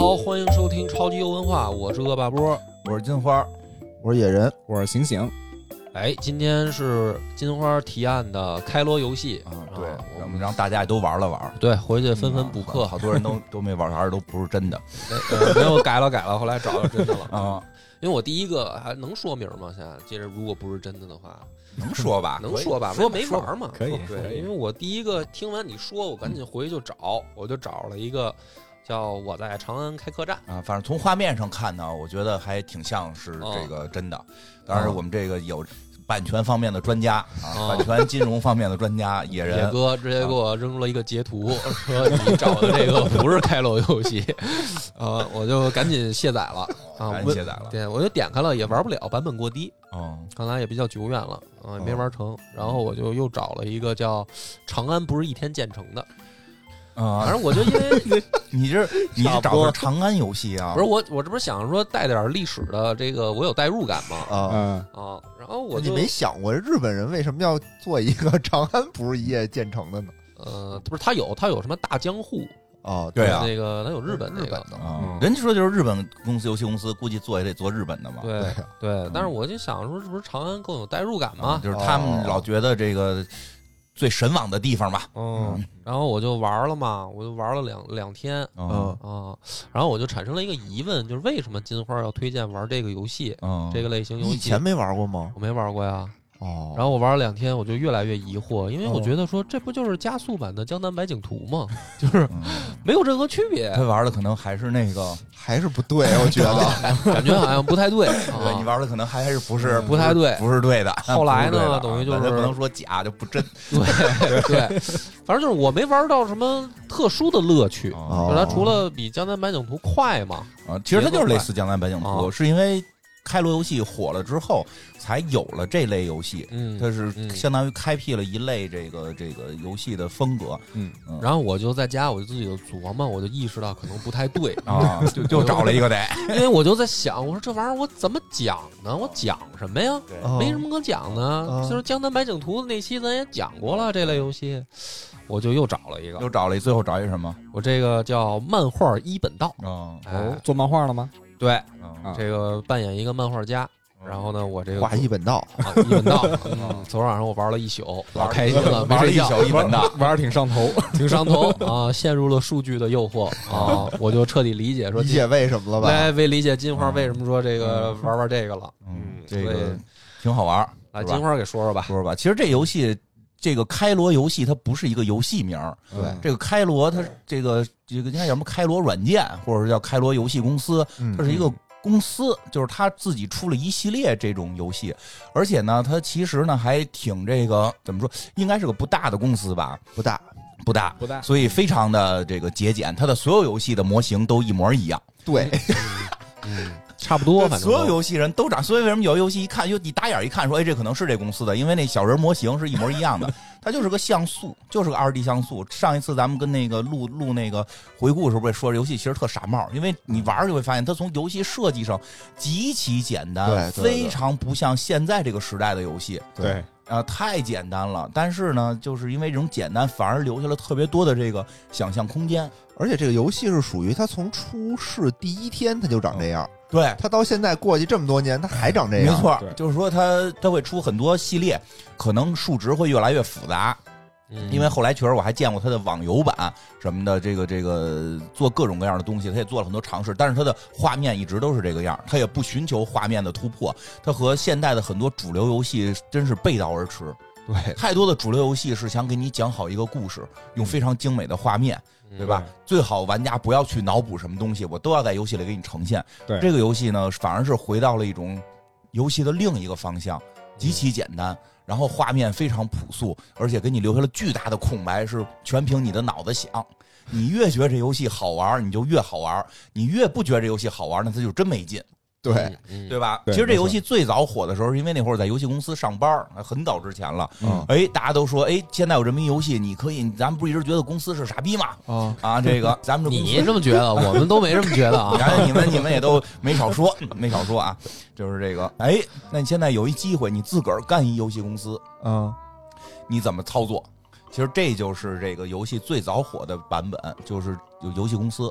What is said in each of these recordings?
好，欢迎收听超级游文化，我是恶霸波， 我是金花， 我是野人， 我是醒醒。 哎，今天是金花提案的开罗游戏啊，对，我们让大家也都玩了玩， 对，回去纷纷补课， 好多人都没玩，还是都不是真的， 没有改了，后来找到真的了啊。 因为我第一个还能说名吗？现在接着，如果不是真的的话， 能说吧？ 能说吧？说没玩嘛？ 可以。 对，因为我第一个听完你说，我赶紧回去就找，我就找了一个叫《我在长安开客栈》 啊。反正从画面上看呢，我觉得还挺像是这个真的。当然，我们这个有版权方面的专家啊，版权金融方面的专家野哥直接给我扔了一个截图，说你找的这个不是开罗游戏，我就赶紧卸载了啊， 赶紧卸载了。 对，我就点开了，也玩不了，版本过低。 看来也比较久远了啊，也没玩成。然后我就又找了一个叫《长安不是一天建成的》。反正我就因为你是找的长安游戏啊？ 不是我这不是想说带点历史的这个，我有代入感嘛然后你没想过日本人为什么要做一个长安不是一夜建成的呢？ 不是他有什么大江户哦， 对啊， 那个他有日本的人家说就是日本游戏公司，估计做也得做日本的嘛。 对，但是我就想说，这不是长安更有代入感吗？ 就是他们老觉得这个最神往的地方吧。 然后我就玩了嘛，我就玩了两天然后我就产生了一个疑问，就是为什么金花要推荐玩这个游戏？这个类型游戏以前没玩过吗？ 我没玩过呀。然后我玩了2天，我就越来越疑惑，因为我觉得说这不就是加速版的江南百景图吗？就是没有任何区别。 他玩的可能还是那个， 还是不对，我觉得感觉好像不太对。 对，你玩的可能还是不是不太对， 不是对的。 后来呢，等于就是不能说假就不真。 对，反正就是我没玩到什么特殊的乐趣，就是它除了比江南百景图快嘛。 其实它就是类似江南百景图，是因为开罗游戏火了之后才有了这类游戏，它是相当于开辟了一类这个游戏的风格。 然后我就在家，我就自己就琢磨，我就意识到可能不太对啊，就找了一个得， 因为我就在想，我说这玩意儿我怎么讲呢？我讲什么呀？没什么可讲的。就是江南百景图的那期咱也讲过了这类游戏，我就又找了一个， 最后找一个什么？ 我这个叫漫画一本道。 做漫画了吗？ 对，这个扮演一个漫画家，然后呢，我这个画一本道， 一本道。昨晚上我玩了一宿，老开心了， 玩了一宿一本道， 玩挺上头， 挺上头啊！陷入了数据的诱惑啊！我就彻底理解为什么了吧？ 理解金花为什么说这个玩这个了。 这个挺好玩。 来，金花给说说吧。 其实这游戏。这个开罗游戏它不是一个游戏名， 对， 这个开罗它这个应该叫什么开罗软件，或者是叫开罗游戏公司，它是一个公司，就是它自己出了一系列这种游戏，而且呢，它其实呢还挺这个怎么说，应该是个不大的公司吧？不大，所以非常的这个节俭，它的所有游戏的模型都一模一样。 对， 差不多，反正所有游戏人都长，所以为什么有游戏一看，你打眼一看说，哎，这可能是这公司的，因为那小人模型是一模一样的，它就是个像素，就是个2D 像素。上一次咱们跟那个录那个回顾的时候，不也说这游戏其实特傻帽，因为你玩就会发现，它从游戏设计上极其简单，非常不像现在这个时代的游戏。 对。 太简单了，但是呢，就是因为这种简单，反而留下了特别多的这个想象空间。 而且这个游戏是属于它从出世第一天它就长这样， 对， 它到现在过去这么多年，它还长这样。 没错，就是说它会出很多系列，可能数值会越来越复杂。因为后来确实我还见过它的网游版什么的，这个做各种各样的东西，它也做了很多尝试，但是它的画面一直都是这个样，它也不寻求画面的突破，它和现代的很多主流游戏真是背道而驰。 对， 太多的主流游戏是想给你讲好一个故事，用非常精美的画面，对吧？最好玩家不要去脑补什么东西，我都要在游戏里给你呈现。 对， 这个游戏呢，反而是回到了一种游戏的另一个方向，极其简单。然后画面非常朴素，而且给你留下了巨大的空白，是全凭你的脑子想。你越觉得这游戏好玩，你就越好玩；你越不觉得这游戏好玩，那它就真没劲。对吧？其实这游戏最早火的时候，因为那会儿在游戏公司上班，很早之前了。大家都说，现在有这么一游戏，你可以，咱们不是一直觉得公司是傻逼吗？这个咱们你这么觉得，我们都没这么觉得啊。 你们也都没少说啊。就是这个，那你现在有一机会，你自个儿干一游戏公司，你怎么操作？其实这就是这个游戏最早火的版本，就是有游戏公司。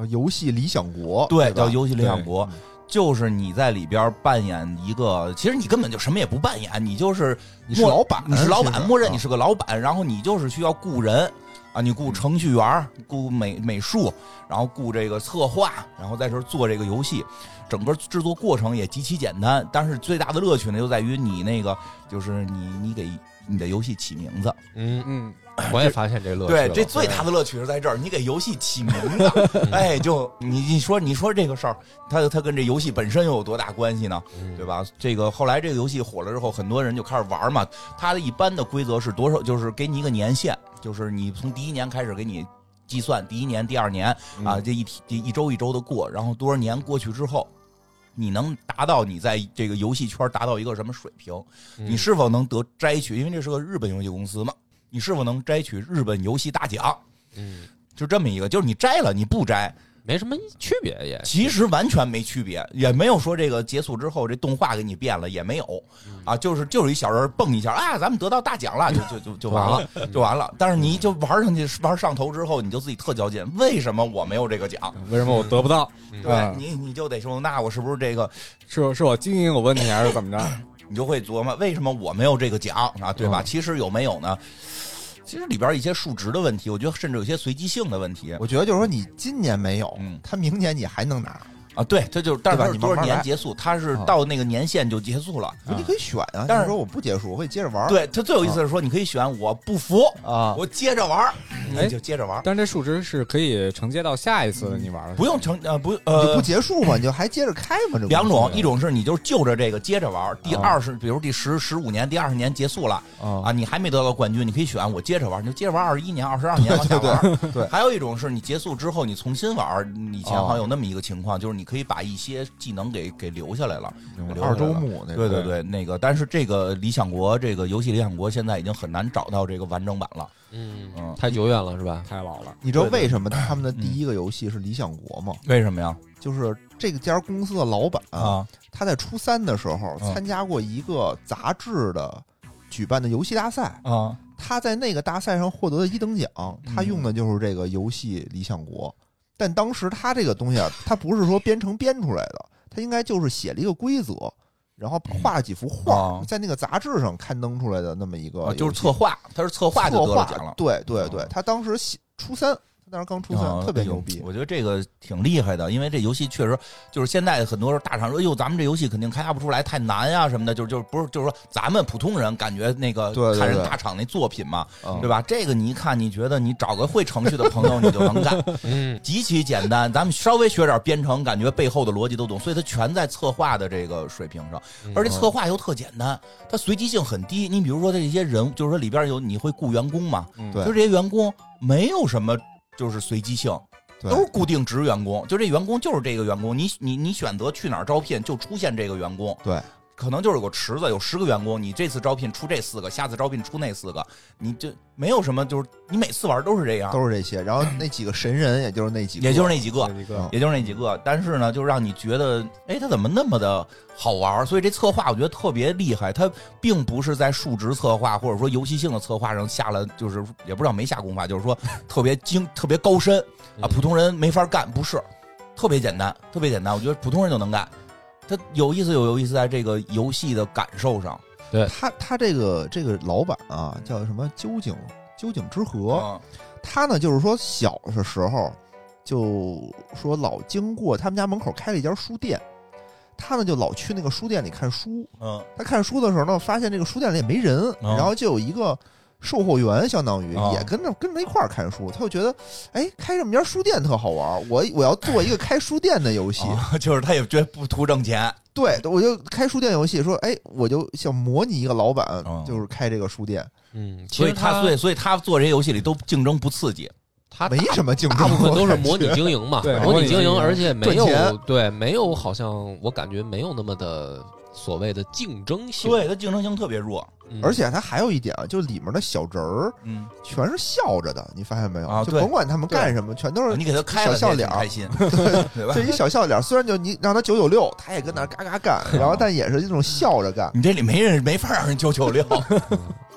游戏理想国， 对，叫游戏理想国。就是你在里边扮演一个，其实你根本就什么也不扮演，你是老板， 你是老板，默认你是个老板，然后你就是需要雇人啊，你雇程序员，雇美术，然后雇这个策划，然后在这做这个游戏，整个制作过程也极其简单，但是最大的乐趣呢就在于你那个就是你给你的游戏起名字。 我也发现这乐趣。 对，这最大的乐趣是在这儿，你给游戏起名字，哎，就你说这个事儿，它跟这游戏本身又有多大关系呢？对吧？这个后来这个游戏火了之后，很多人就开始玩嘛。它的一般的规则是多少？就是给你一个年限，就是你从第一年开始给你计算，第一年、第二年啊，这一周一周的过，然后多少年过去之后。你能达到你在这个游戏圈达到一个什么水平？你是否能摘取？因为这是个日本游戏公司嘛，你是否能摘取日本游戏大奖？就这么一个，就是你摘了，你不摘， 没什么区别也。 其实完全没区别，也没有说这个结束之后这动画给你变了，也没有啊，就是一小人蹦一下啊，咱们得到大奖了，就完了，就完了。但是你就玩上去，玩上头之后，你就自己特较劲，为什么我没有这个奖？ 为什么我得不到？ 对你就得说，那我是不是这个是我经营有问题还是怎么着？ 你就会琢磨为什么我没有这个奖啊，对吧？其实有没有呢？其实里边一些数值的问题，我觉得甚至有些随机性的问题。 我觉得就是说，你今年没有，他明年你还能拿。 啊，对，这就是，但是你多少年结束，它是到那个年限就结束了。 你可以选啊， 但是说我不结束，我会接着玩。 对，它最有意思的是说，你可以选我不服啊，我接着玩，你就接着玩。 但是这数值是可以承接到下一次你玩的， 不用你就不结束嘛，你就还接着开嘛。 两种，一种是你就着这个接着玩，第二是比如第15年、第20年结束了啊，你还没得到冠军，你可以选我接着玩，你就接着玩21年、22年往下玩。 对， 还有一种是你结束之后你重新玩，以前好像有那么一个情况，就是你可以把一些技能给留下来了 ，2周目那个。对，那个，但是这个理想国，这个游戏理想国现在已经很难找到这个完整版了。 太久远了是吧？ 太老了。 你知道为什么他们的第一个游戏是理想国吗？ 为什么呀？ 就是这家公司的老板啊，他在初3的时候参加过一个杂志的举办的游戏大赛啊， 他在那个大赛上获得的1等奖，他用的就是这个游戏理想国。但当时他这个东西啊，他不是说编程编出来的，他应该就是写了一个规则，然后画了几幅画，在那个杂志上刊登出来的那么一个， 就是策划，他是策划就得了奖了。 对，他当时初3。当时刚出3，特别牛逼。 我觉得这个挺厉害的，因为这游戏确实就是现在很多大厂说，哟，咱们这游戏肯定开发不出来，太难呀什么的，就是不是就是说咱们普通人感觉那个看人大厂那作品嘛，对吧？这个你一看，你觉得你找个会程序的朋友你就能干，极其简单。咱们稍微学点编程，感觉背后的逻辑都懂，所以它全在策划的这个水平上，而且策划又特简单，它随机性很低。你比如说这些人，就是说里边有你会雇员工嘛，就这些员工没有什么。就是随机性，都是固定职员工，就这员工就是这个员工，你选择去哪儿招聘就出现这个员工， 对， 可能就是有个池子，有10个员工，你这次招聘出这4个，下次招聘出那4个，你就没有什么，就是你每次玩都是这样， 都是这些，然后那几个神人也就是那几个， 也就是那几个，但是呢，就让你觉得，哎，他怎么那么的好玩？所以这策划我觉得特别厉害，他并不是在数值策划或者说游戏性的策划上下了，就是也不知道没下功夫，就是说特别高深啊，普通人没法干，不是，特别简单，我觉得普通人就能干。它有意思在这个游戏的感受上。 对， 他这个老板啊，叫什么究竟之河，他呢就是说小的时候就说老经过他们家门口开了一家书店，他呢就老去那个书店里看书。他看书的时候呢，发现这个书店里也没人，然后就有一个售货员，相当于也跟着一块儿看书，他就觉得，哎，开这么家书店特好玩，我要做一个开书店的游戏， 就是他也觉得不图挣钱， 对，我就开书店游戏，说，哎，我就想模拟一个老板，就是开这个书店， 所以他做这些游戏里都竞争不刺激。 他没什么竞争， 大部分都是模拟经营嘛， 对， 模拟经营，而且没有，好像我感觉没有那么的所谓的竞争性， 对，它竞争性特别弱， 而且它还有一点啊，就是里面的小人儿，全是笑着的，你发现没有？ 啊， 就甭管他们干什么，全都是你给他开小笑脸， 开心， 对吧？这一小笑脸，虽然就你让他996，他也跟那嘎嘎干，然后但也是这种笑着干。 你这里没法让人996。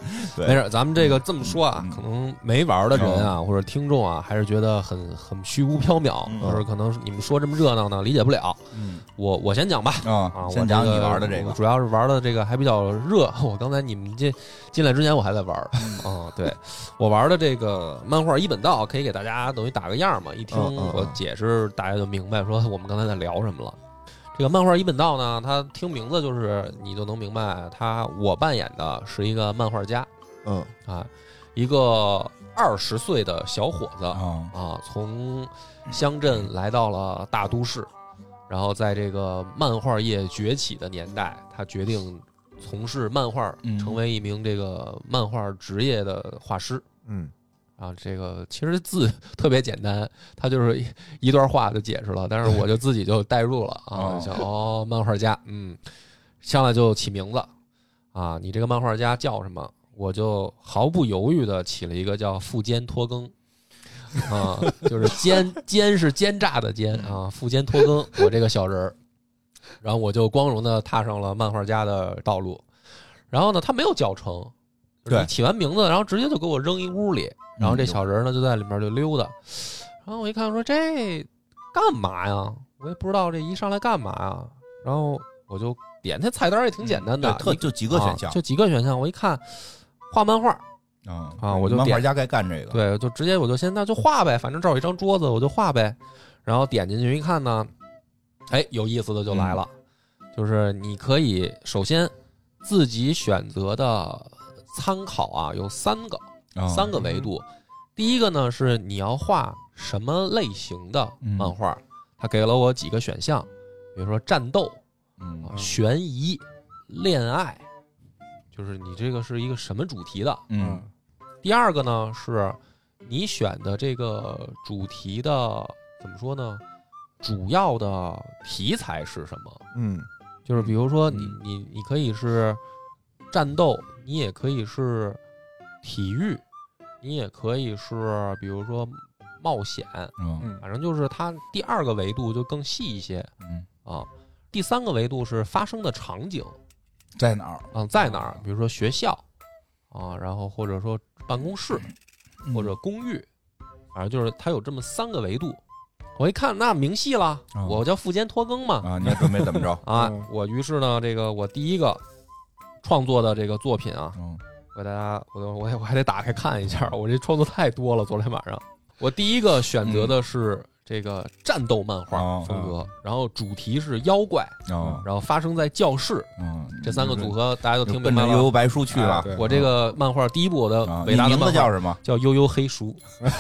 对， 没事，咱们这个这么说啊，可能没玩的人啊，或者听众啊，还是觉得很虚无缥缈，或者可能你们说这么热闹呢，理解不了。我先讲吧。 先讲你玩的这个， 主要是玩的这个还比较热。我刚才你们进来之前我还在玩。对，我玩的这个漫画一本道，可以给大家等于打个样嘛，一听我解释，大家就明白说我们刚才在聊什么了。这个漫画一本道呢，他听名字就是你就能明白，我扮演的是一个漫画家，一个20岁的小伙子从乡镇来到了大都市，然后在这个漫画业崛起的年代，他决定从事漫画，成为一名这个漫画职业的画师。这个其实字特别简单，他就是一段话就解释了，但是我就自己就代入了想漫画家，上来就起名字你这个漫画家叫什么？我就毫不犹豫的起了一个叫富坚托耕就是奸是奸诈的奸富坚托耕，我这个小人儿，然后我就光荣的踏上了漫画家的道路。然后呢，他没有教程，对，起完名字，然后直接就给我扔一屋里。然后这小人呢就在里面就溜达，然后我一看说这干嘛呀？我也不知道这一上来干嘛呀。然后我就点他菜单也挺简单的， 就几个选项， 就几个选项。我一看画漫画我就漫画家该干这个， 对，就直接我就先那就画呗，反正这有一张桌子我就画呗。然后点进去一看呢，有意思的就来了，就是你可以首先自己选择的参考有三个维度。第一个呢是你要画什么类型的漫画，他给了我几个选项，比如说战斗、悬疑、恋爱，就是你这个是一个什么主题的。第二个呢是你选的这个主题的怎么说呢，主要的题材是什么。就是比如说你可以是战斗，你也可以是体育，你也可以是比如说冒险，反正就是它第二个维度就更细一些。第三个维度是发生的场景在哪儿在哪儿，比如说学校然后或者说办公室或者公寓，反正就是它有这么三个维度。我一看那明细了，我叫富坚托耕嘛你还准备怎么着我于是呢这个我第一个创作的这个作品我给大家我还得打开看一下，我这创作太多了。昨天晚上我第一个选择的是这个战斗漫画风格，然后主题是妖怪，然后发生在教室，这三个组合大家都听明白了。 悠悠白书去了。 我这个漫画第一部我的伟大的名字叫什么？ 叫悠悠黑书。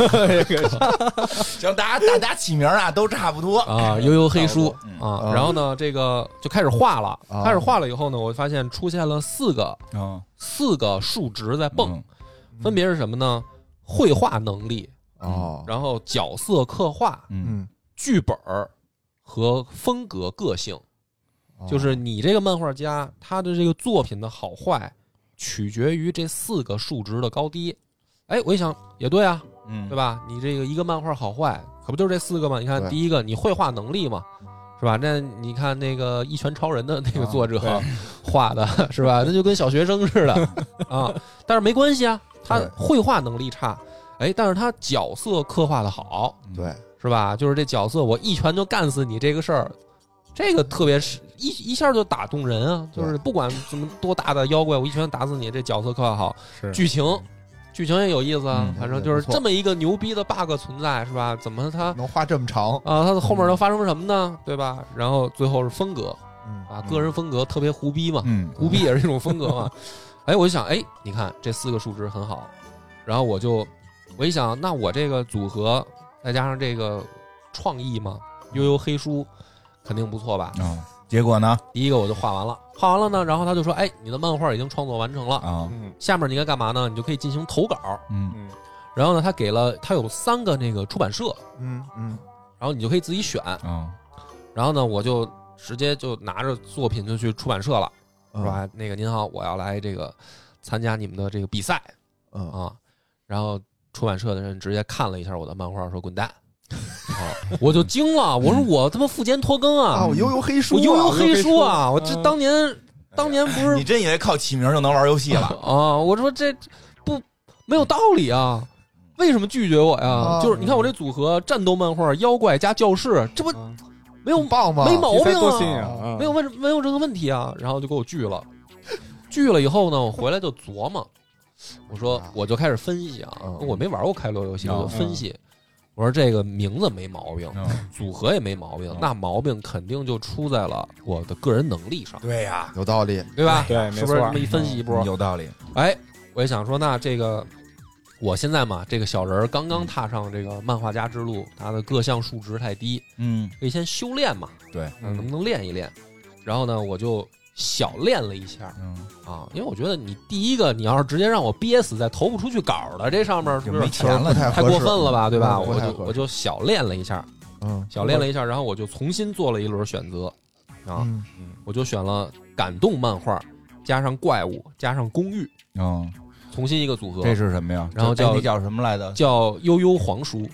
行，大家起名都差不多悠悠黑书然后呢，这个就开始画了。开始画了以后呢，我发现出现了四个数值在蹦，分别是什么呢？绘画能力。然后角色刻画，剧本和风格个性，就是你这个漫画家他的这个作品的好坏，取决于这四个数值的高低。我一想也对啊，对吧？你这个一个漫画好坏，可不就是这四个吗？你看第一个，你绘画能力嘛，是吧？那你看那个《一拳超人》的那个作者画的是吧？那就跟小学生似的但是没关系啊，他绘画能力差。但是他角色刻画的好， 对， 是吧？就是这角色，我一拳就干死你这个事儿，这个特别是一下就打动人啊！就是不管怎么多大的妖怪，我一拳打死你，这角色刻画好，剧情也有意思啊。反正就是这么一个牛逼的 bug 存在，是吧？怎么他能画这么长它的后面能发生什么呢？对吧？然后最后是风格，个人风格特别胡逼嘛，胡逼也是一种风格嘛。我就想，你看这四个数值很好，然后我一想，那我这个组合再加上这个创意嘛，悠悠黑书肯定不错吧？ 结果呢， 第一个我就画完了呢，然后他就说，你的漫画已经创作完成了下面你该干嘛呢？你就可以进行投稿。然后呢，他有3个那个出版社，然后你就可以自己选。然后呢，我就直接就拿着作品就去出版社了，是吧？那个您好，我要来这个参加你们的这个比赛然后出版社的人直接看了一下我的漫画，说滚蛋。我就惊了，我说我他妈富坚托耕啊， 我悠悠黑书， 我悠悠黑书啊，我这当年当年不是你真以为靠起名就能玩游戏了啊？我说这不没有道理啊。为什么拒绝我呀？就是你看我这组合，战斗漫画、妖怪加教室，这不没有棒吗？ 没毛病多新啊， 颖， 没有任何问题啊。然后就给我拒了。拒了以后呢，我回来就琢磨，我说我就开始分析啊，我没玩过开罗游戏，我就分析，我说这个名字没毛病，组合也没毛病，那毛病肯定就出在了我的个人能力上。 对呀， 有道理， 对吧？ 对， 是不是这么一分析一波？ 有道理。 哎，我也想说，那这个我现在嘛，这个小人刚刚踏上这个漫画家之路，他的各项数值太低，可以先修炼嘛。 对， 能不能练一练？然后呢，我就小练了一下，因为我觉得你第一个，你要是直接让我憋死在投不出去稿的这上面，是不是没钱了， 太过分了吧，对吧？ 我就小练了一下，小练了一下，然后我就重新做了一轮选择，我就选了感动漫画，加上怪物，加上公寓，重新一个组合。 这是什么呀？ 然后叫什么来着？ 叫悠悠黄书。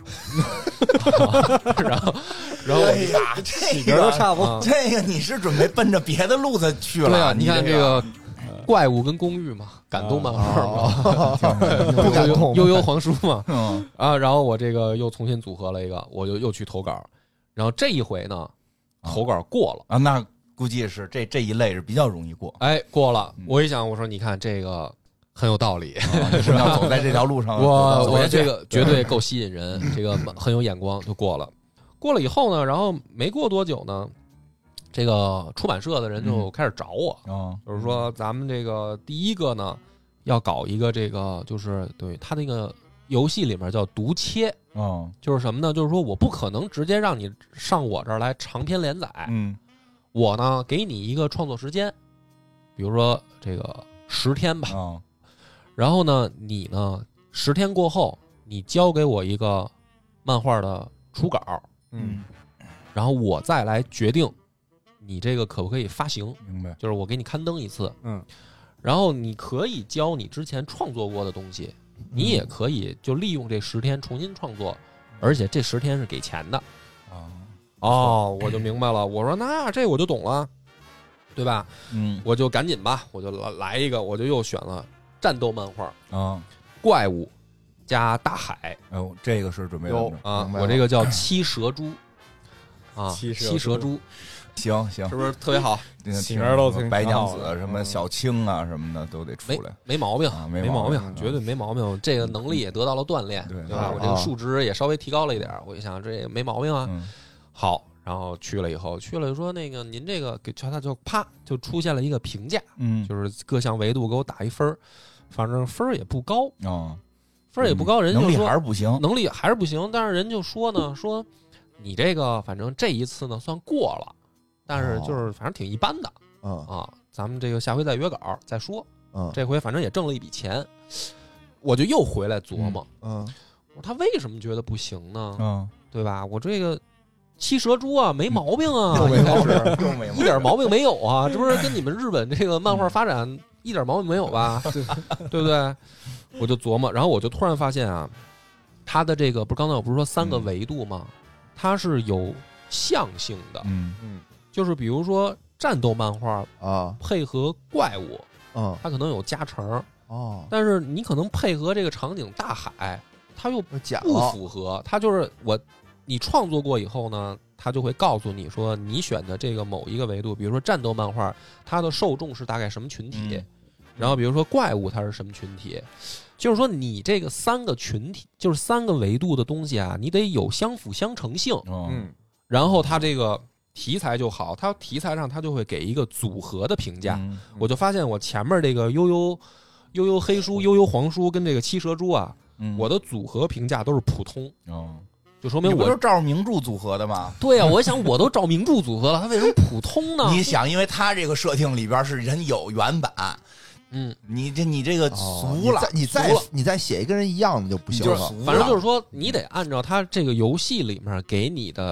然后哎呀，这个差不多。这个你是准备奔着别的路子去了？ 对啊，你看这个怪物跟公寓嘛，感动漫画嘛， 不感动， 悠悠黄书嘛，然后我这个又重新组合了一个，我就又去投稿，然后这一回呢，投稿过了啊，那估计是这一类是比较容易过。 哎，过了，我一想，我说你看这个。很有道理， 是要走在这条路上。 我这个绝对够吸引人，这个很有眼光，就过了。过了以后呢，然后没过多久呢，这个出版社的人就开始找我，就是说咱们这个第一个呢，要搞一个这个，就是对他那个游戏里面叫读切，就是什么呢？就是说我不可能直接让你上我这儿来长篇连载，我呢给你一个创作时间，比如说这个10天吧。然后呢，你呢10天过后，你交给我一个漫画的初稿，然后我再来决定你这个可不可以发行。 明白？ 就是我给你刊登一次，然后你可以交你之前创作过的东西，你也可以就利用这10天重新创作，而且这10天是给钱的。我就明白了。我说那这我就懂了，对吧？我就赶紧吧，我就来一个，我就又选了。战斗漫画怪物加大海， 这个是准备的我这个叫七蛇珠七蛇珠， 行， 是不是特别好？ 起名都挺白娘子什么小青啊什么的都得出来， 没毛病， 没毛病，绝对没毛病。这个能力也得到了锻炼，对吧？我这个数值也稍微提高了一点，我一想这没毛病啊。好，然后去了以后，就说那个您这个给他就啪就出现了一个评价，就是各项维度给我打一分。反正分也不高分也不高，人就说能力还是不行， 能力还是不行。但是人就说呢，说你这个反正这一次呢算过了，但是就是反正挺一般的咱们这个下回再约稿再说。这回反正也挣了一笔钱，我就又回来琢磨，我说他为什么觉得不行呢？对吧？我这个七蛇珠啊，没毛病啊，一点毛病没有啊，这不是跟你们日本这个漫画发展一点毛病没有吧？对不对？我就琢磨，然后我就突然发现啊，它的这个不是刚才我不是说3个维度吗？它是有象性的，就是比如说战斗漫画配合怪物，它可能有加成但是你可能配合这个场景大海，它又不符合，它就是你创作过以后呢，他就会告诉你说，你选的这个某一个维度，比如说战斗漫画，它的受众是大概什么群体，然后比如说怪物它是什么群体，就是说你这个3个群体，就是3个维度的东西啊，你得有相辅相成性，然后它这个题材就好，它题材上它就会给一个组合的评价。我就发现我前面这个悠悠黑书、悠悠黄书跟这个七蛇珠啊，我的组合评价都是普通。就说明我不是照着名著组合的吗？ 对啊，我想我都照名著组合了，他为什么普通呢？ 你想，因为他这个设定里边是人有原版，你这个俗了， 你再写一个人一样的就不行了。 反正就是说，你得按照他这个游戏里面给你的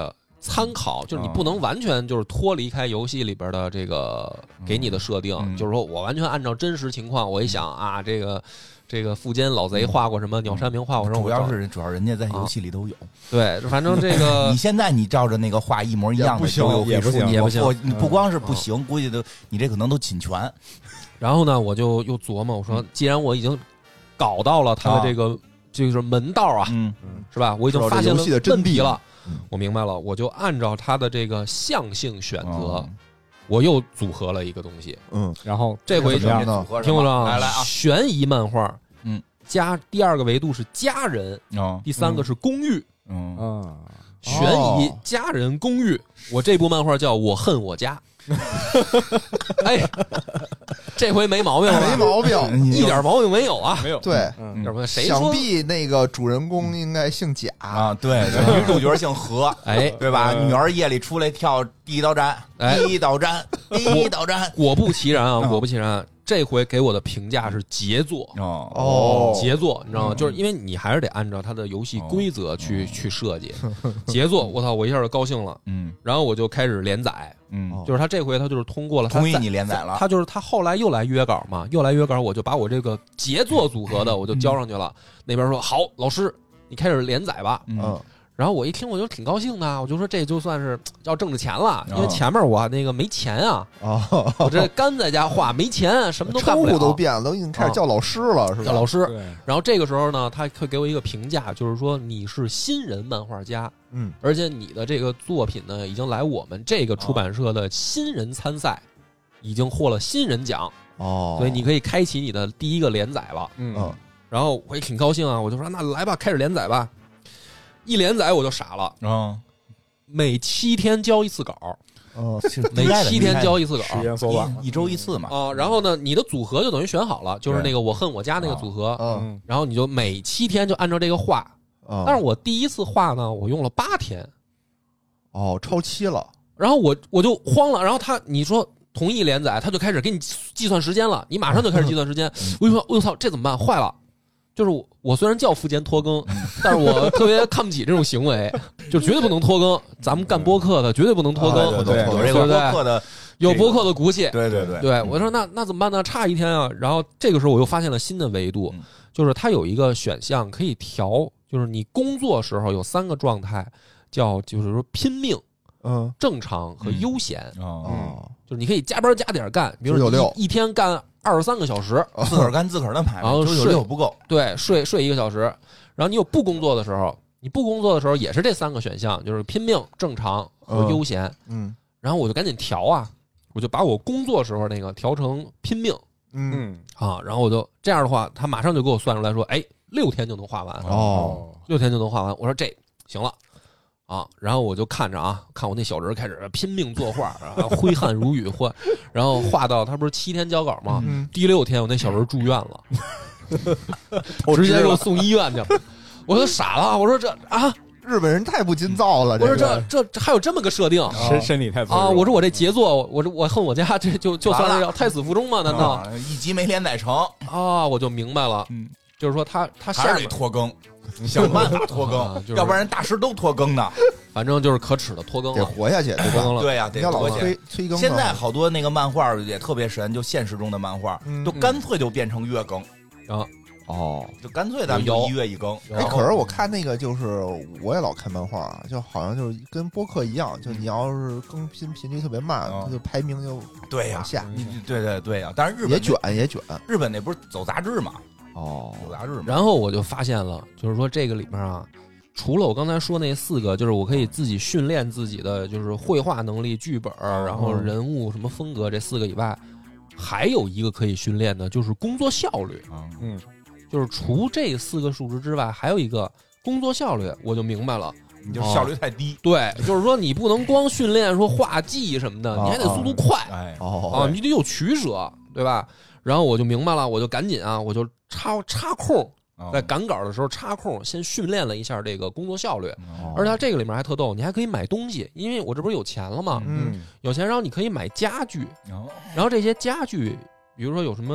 参考，就是你不能完全就是脱离开游戏里边的这个给你的设定，就是说我完全按照真实情况，我一想啊，这个富坚老贼画过什么，鸟山明画过什么， 主要人家在游戏里都有。 对，反正这个你现在你照着那个画一模一样的也不行， 也不行。 你不光是不行，估计都你这可能都侵权。 然后呢，我就又琢磨，我说既然我已经搞到了他的这个就是门道啊，是吧？我已经发现了问题了，我明白了，我就按照他的这个象性选择，我又组合了一个东西。 然后这回什么呢？ 听我说， 来啊， 悬疑漫画，加第二个维度是家人，第三个是公寓，悬疑家人公寓。我这部漫画叫《我恨我家》。哎，这回没毛病了吧？ 没毛病， 一点毛病没有啊！ 没有。 对， 要不谁说？ 想必那个主人公应该姓贾啊，对，女主角姓何， 哎， 对吧？女儿夜里出来跳第一道战，第一道战。 果不其然啊，果不其然。这回给我的评价是杰作杰作，你知道吗？就是因为你还是得按照他的游戏规则去设计。杰作，我操，我一下就高兴了。然后我就开始连载。就是他这回他就是通过了， 同意你连载了。 他后来又来约稿嘛，我就把我这个杰作组合的我就交上去了。那边说好，老师你开始连载吧。然后我一听我就挺高兴的，我就说这就算是要挣着钱了，因为前面我那个没钱啊，我这干在家画没钱，什么都干不了， 称呼都变了，都已经开始叫老师了，是吧？ 叫老师。然后这个时候呢，他会给我一个评价，就是说你是新人漫画家，而且你的这个作品呢，已经来我们这个出版社的新人参赛，已经获了新人奖所以你可以开启你的第一个连载了。然后我也挺高兴啊，我就说那来吧，开始连载吧。一连载我就傻了每7天交一次稿每7天交一次稿， 时间缩短 ，1周1次嘛。 然后呢，你的组合就等于选好了，就是那个我恨我家那个组合。然后你就每7天就按照这个画。但是我第一次画呢，我用了8天。 超期了。 然后我就慌了，然后你说同意连载，他就开始给你计算时间了，你马上就开始计算时间。我就说我操，这怎么办？坏了！就是我虽然叫富坚拖更，但是我特别看不起这种行为，就绝对不能拖更。咱们干播客的绝对不能拖更， 对，有这个播客的， 有播客的骨气。 对， 我说那怎么办呢？差1天啊！然后这个时候我又发现了新的维度，就是它有一个选项可以调，就是你工作时候有3个状态，就是说拼命、正常和悠闲。就是你可以加班加点干，比如说一天干23个小时， 自个儿干自个儿的买卖， 然后 996不够， 对，睡1个小时。然后你有不工作的时候，也是这3个选项，就是拼命、正常和悠闲。然后我就赶紧调啊，我就把我工作时候那个调成拼命。然后我就这样的话，他马上就给我算出来说，哎，6天就能画完。6天就能画完。我说这行了。然后我就看着看我那小人开始拼命作画，挥汗如雨然后画到他不是7天交稿吗？第6天我那小人住院了，直接给我送医院去了。我就傻了，我说这日本人太不尽造了。 我说这还有这么个设定， 身体太脆弱我说我这杰作，我恨我家，这就算是要胎死腹中吗？难道一集没连载成我就明白了，就是说他还是得拖更。想办法拖更，要不然大师都拖更呢。 反正就是可耻的拖更了， 得活下去， 拖更了。 对呀，得活下去。催更。 现在好多那个漫画也特别神，就现实中的漫画都干脆就变成月更就干脆咱们就1月1更。 可是我看那个就是我也老看漫画，就好像就是跟播客一样，就你要是更新频率特别慢，它就排名就往下。 对呀，但是日本也卷， 日本那不是走杂志嘛。有杂志嘛。 然后我就发现了，就是说这个里面除了我刚才说那4个，就是我可以自己训练自己的，就是绘画能力、剧本，然后人物什么风格这4个以外，还有一个可以训练的，就是工作效率。就是除这4个数值之外，还有一个工作效率，我就明白了， 你就效率太低。 对，就是说你不能光训练说画技什么的，你还得速度快。你得有取舍，对吧？然后我就明白了，我就赶紧我就插空，在赶稿的时候插空，先训练了一下这个工作效率。而且它这个里面还特逗，你还可以买东西，因为我这不是有钱了吗？有钱，然后你可以买家具，然后这些家具，比如说有什么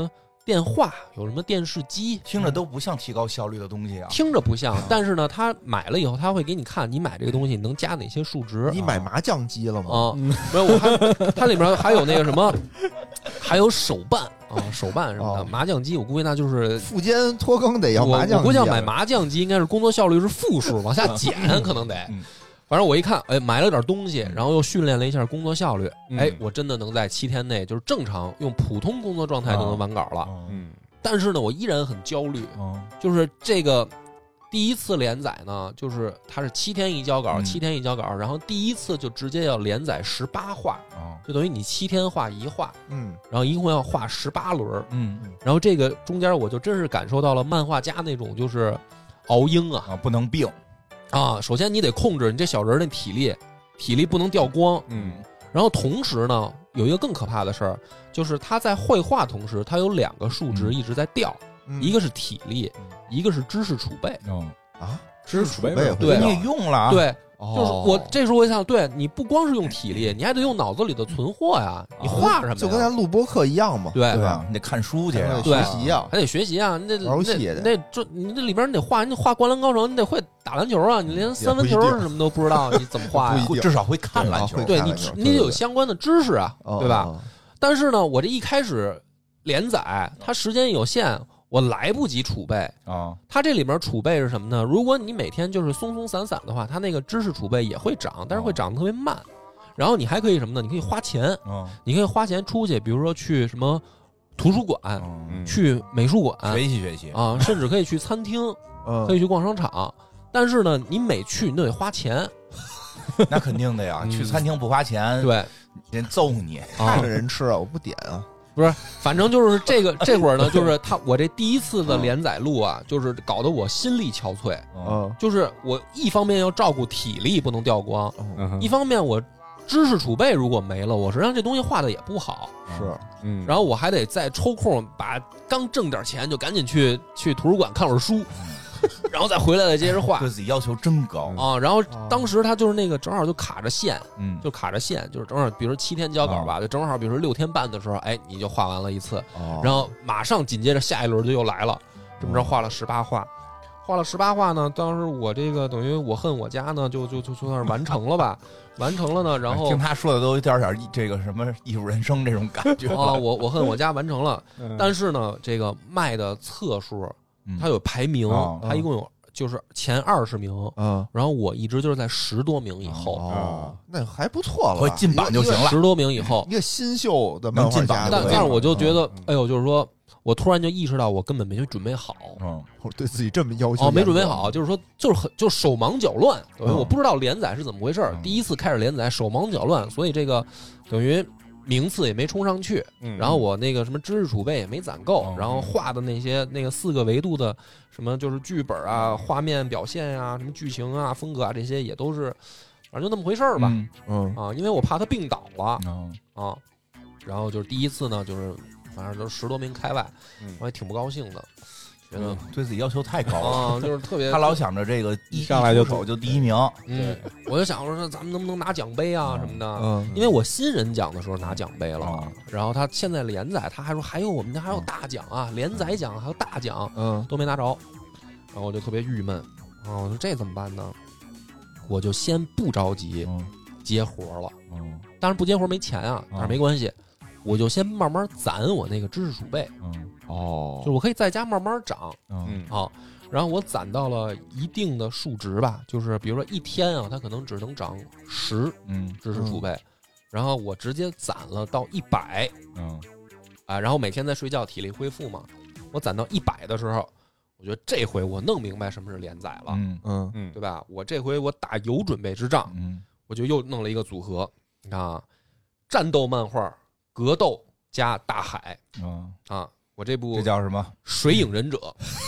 电话，有什么电视机， 听着都不像提高效率的东西啊。 听着不像，但是呢，他买了以后，他会给你看，你买这个东西能加哪些数值。 你买麻将机了吗？ 啊，没有，它里面还有那个什么，还有手办啊，手办什么的，麻将机，我估计那就是富坚拖更得要麻将机。 我估计要买麻将机，应该是工作效率是负数，往下减可能得。反正我一看，哎，买了点东西，然后又训练了一下工作效率，哎，我真的能在7天内就是正常用普通工作状态都能完稿了。但是呢，我依然很焦虑，就是这个第一次连载呢，就是它是7天一交稿，7天一交稿，然后第一次就直接要连载18话，就等于你7天画1话，然后一共要画18轮，然后这个中间我就真是感受到了漫画家那种就是熬鹰啊， 不能病。 啊，首先你得控制你这小人的体力不能掉光，然后同时呢，有一个更可怕的事儿，就是他在绘画同时，他有2个数值一直在掉，一个是体力，一个是知识储备。 知识储备对， 你也用了， 对。就是我这时候我想，对，你不光是用体力，你还得用脑子里的存货呀。你画什么呀？ 就跟咱录播课一样嘛， 对吧？你得看书去， 学习啊， 还得学习啊。你这玩游戏也得你这里边你得画，你画灌篮高手，你得会打篮球啊。你连三分球什么都不知道，你怎么画呀？ 至少会看篮球。 对你得有相关的知识啊，对吧？但是呢，我这一开始连载，它时间有限。我来不及储备啊！它这里面储备是什么呢？如果你每天就是松松散散的话，它那个知识储备也会涨，但是会涨得特别慢。然后你还可以什么呢？你可以花钱，你可以花钱出去，比如说去什么图书馆，去美术馆学习学习啊，甚至可以去餐厅，可以去逛商场。但是呢，你每去你都得花钱， 那肯定的呀！去餐厅不花钱， 对， 人揍你， 看着人吃啊，我不点啊。 不是，反正就是这会儿呢，就是我这第一次的连载录啊，就是搞得我心力憔悴。就是我一方面要照顾体力不能掉光，一方面我知识储备如果没了，我实际上这东西画的也不好。 是， 然后我还得再抽空把刚挣点钱就赶紧去图书馆看会儿书。然后再回来再接着画， 对自己要求真高啊！然后当时他就是那个正好就卡着线，就卡着线，就是正好，比如说7天交稿吧，就正好，比如说6天半的时候，哎，你就画完了一次，然后马上紧接着下一轮就又来了，这么着画了18画，画了18画呢。当时我这个等于我恨我家呢，就算是完成了吧，完成了呢。然后听他说的都有点这个什么艺术人生这种感觉啊，我恨我家完成了，但是呢，这个卖的册数。它有排名，它一共有就是前20名，然后我一直就是在10多名以后， 那还不错了， 会进榜就行了。 10多名以后， 一个新秀的漫画家， 但是我就觉得，哎呦，就是说我突然就意识到我根本没准备好， 我对自己这么要求， 没准备好，就是说就手忙脚乱，我不知道连载是怎么回事，第一次开始连载手忙脚乱，所以这个等于。名次也没冲上去，然后我那个什么知识储备也没攒够，然后画的那些那个4个维度的什么就是剧本啊、画面表现啊、什么剧情啊、风格啊这些也都是，反正就那么回事儿吧。因为我怕他病倒了啊，然后就是第一次呢，就是反正都10多名开外，我也挺不高兴的。觉得对自己要求太高了， 就是特别。 他老想着这个一上来就手就第1名， 我就想说咱们能不能拿奖杯啊什么的，因为我新人奖的时候拿奖杯了，然后他现在连载他还说还有我们家还有大奖啊，连载奖还有大奖，都没拿着，然后我就特别郁闷，我说这怎么办呢？我就先不着急接活了，当然不接活没钱啊，但是没关系。我就先慢慢攒我那个知识储备，就是我可以在家慢慢涨，然后我攒到了一定的数值吧，就是比如说一天啊，它可能只能涨10，知识储备，然后我直接攒了到100，然后每天在睡觉，体力恢复嘛，我攒到100的时候，我觉得这回我弄明白什么是连载了，对吧？我这回我打有准备之仗，我就又弄了一个组合，你看啊，战斗漫画。格斗加大海，我这部这叫什么？ 水影忍者，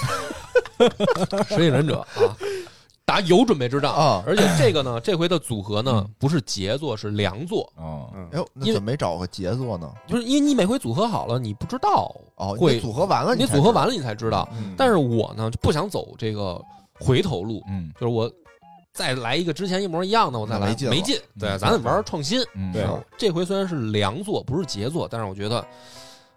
水影忍者啊，打有准备之仗啊！而且这个呢，这回的组合呢，不是杰作，是良作。 哎呦，那怎么没找个杰作呢？ 不是因为你每回组合好了，你不知道会组合完了， 你组合完了你才知道。但是我呢就不想走这个回头路，就是我。再来一个之前一模一样的，我再来没劲。对，咱得玩创新。 对， 这回虽然是良作，不是杰作，但是我觉得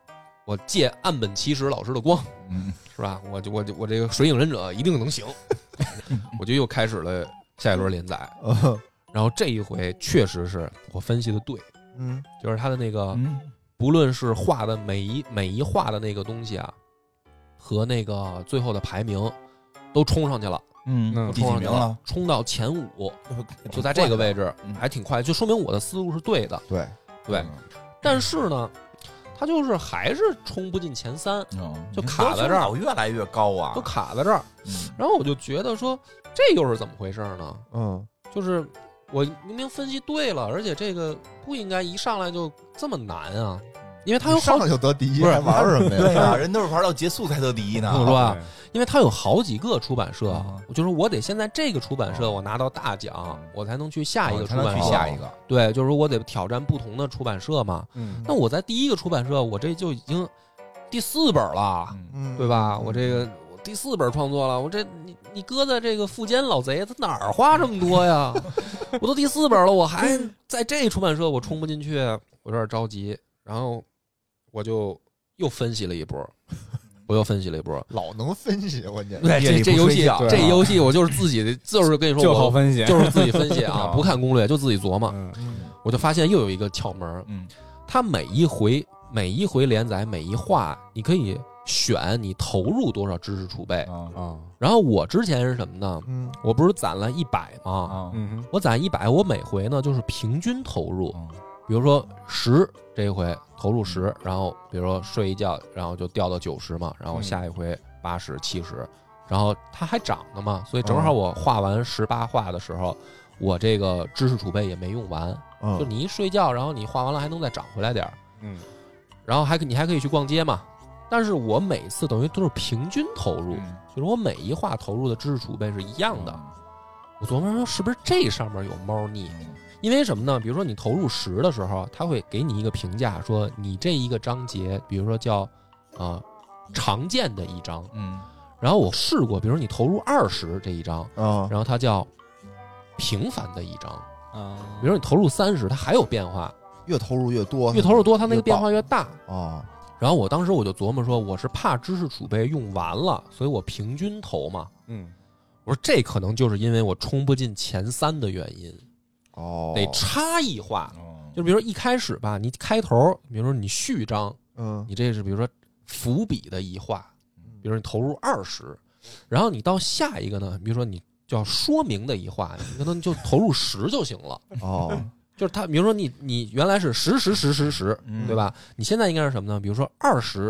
我借岸本齐史老师的光，是吧？我这个水影忍者一定能行，我就又开始了下一轮连载。然后这一回确实是我分析的对，就是他的那个，不论是画的每一画的那个东西啊，和那个最后的排名都冲上去了。 第几名了？ 冲到前5，就在这个位置，还挺快，就说明我的思路是对的。对，但是呢，他就是还是冲不进前3，就卡在这儿， 越来越高啊， 都卡在这儿。然后我就觉得说，这又是怎么回事呢？就是我明明分析对了，而且这个不应该一上来就这么难啊。因为他有上来就得第一， 不是还玩什么呀？ 对呀，人都是玩到结束才得第一呢。 我说啊，因为他有好几个出版社，就是我得先在这个出版社我拿到大奖，我才能去下一个出版社。 下一个， 对，就是说我得挑战不同的出版社嘛。那我在第一个出版社，我这就已经第4本了，对吧？我这个第4本创作了，我这你搁在这个富坚老贼，他哪儿花这么多呀？我都第4本了，我还在这出版社我冲不进去，我有点着急。然后我就又分析了一波， 老能分析，关键对这游戏我就是自己的，就是跟你说就好分析， 就是自己分析啊，不看攻略就自己琢磨。我就发现又有一个窍门，它每一回连载每一话，你可以选你投入多少知识储备啊。然后我之前是什么呢？我不是攒了100吗？我攒100，我每回呢就是平均投入。比如说10这一回投入10，然后比如说睡一觉，然后就掉到90嘛，然后下一回80、70，然后它还涨的嘛，所以正好我画完18画的时候，我这个知识储备也没用完，就你一睡觉，然后你画完了还能再涨回来点儿，然后你还可以去逛街嘛。但是我每次等于都是平均投入，就是我每一画投入的知识储备是一样的。我琢磨说是不是这上面有猫腻？因为什么呢？比如说你投入10的时候，他会给你一个评价，说你这一个章节，比如说叫常见的一章，然后我试过，比如说你投入20这一章，然后它叫平凡的一章，比如说你投入30，它还有变化， 越投入越多， 它那个变化越大啊。 然后我当时我就琢磨说，我是怕知识储备用完了，所以我平均投嘛。我说这可能就是因为我冲不进前3的原因。得差异化，就比如说一开始吧，你开头，比如说你序章，你这是比如说伏笔的一画，比如说你投入20，然后你到下一个呢，比如说你叫说明的一画，你可能就投入10就行了。就是它，比如说你原来是10，对吧？你现在应该是什么呢？比如说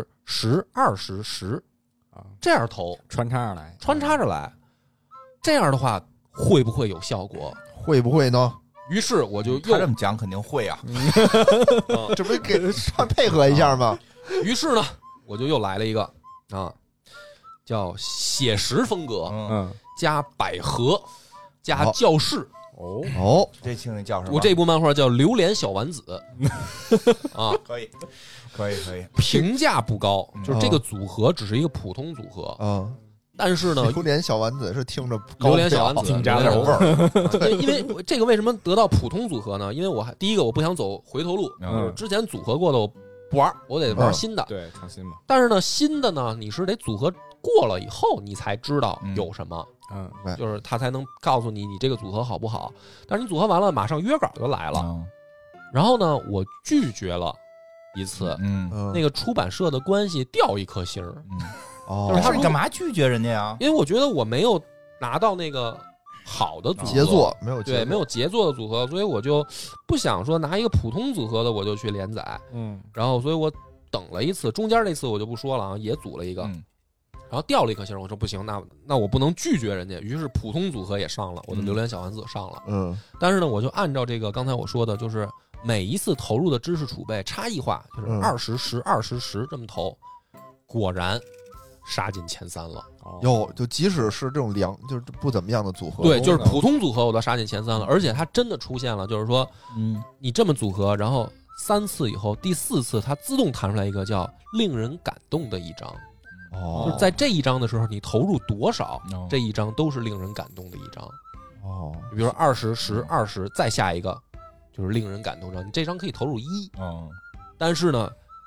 20、10、20、10，这样投， 穿插着来，这样的话会不会有效果？ 会不会呢？ 于是我就他这么讲肯定会啊， 这不是给配合一下吗？ 于是呢，我就又来了一个叫写实风格，加百合，加教室。 这听着叫什么？ 我这部漫画叫《榴莲小丸子》 可以， 评价不高，就是这个组合只是一个普通组合但是呢， 榴莲小丸子是听着榴莲小丸子听着有味儿。 因为这个为什么得到普通组合呢？因为第一个我不想走回头路，之前组合过的我不玩，我得玩新的。 对，创新嘛。 但是呢，新的呢，你是得组合过了以后，你才知道有什么。就是他才能告诉你这个组合好不好。但是你组合完了，马上约稿就来了。然后呢，我拒绝了一次，那个出版社的关系掉1颗星。就是他干嘛拒绝人家呀？ 因为我觉得我没有拿到那个好的组合， 杰作没有杰作的组合，所以我就不想说拿一个普通组合的我就去连载。然后所以我等了一次，中间那次我就不说了啊，也组了一个。然后掉了1颗星，我说不行，那我不能拒绝人家，于是普通组合也上了，我的榴莲小丸子上了。但是呢，我就按照这个刚才我说的，就是每一次投入的知识储备差异化，就是20、10、20、10这么投，果然杀进前3了。 就即使是这种就是不怎么样的组合， 对，就是普通组合我都杀进前3了，而且它真的出现了，就是说，你这么组合，然后3次以后，第4次它自动弹出来一个叫令人感动的一章。就是在这一章的时候，你投入多少，这一章都是令人感动的一章。比如说20、10、20，再下一个就是令人感动章，你这章可以投入1。但是呢，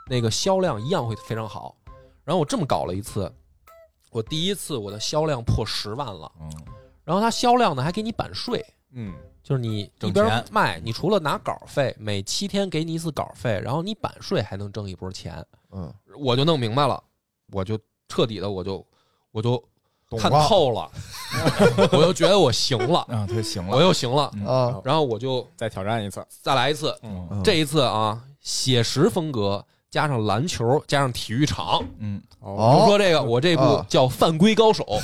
那个销量一样会非常好。然后我这么搞了一次，我第一次我的销量破10万了，然后它销量呢还给你版税，就是你一边卖，你除了拿稿费，每7天给你一次稿费，然后你版税还能挣一波钱，我就弄明白了，我就彻底的我就看透了，我就觉得我行了啊，对，行了， 我又行了啊， 然后我就再挑战一次， 再来一次，这一次啊，写实风格加上篮球加上体育场，比如说这个我这部叫《犯规高手》，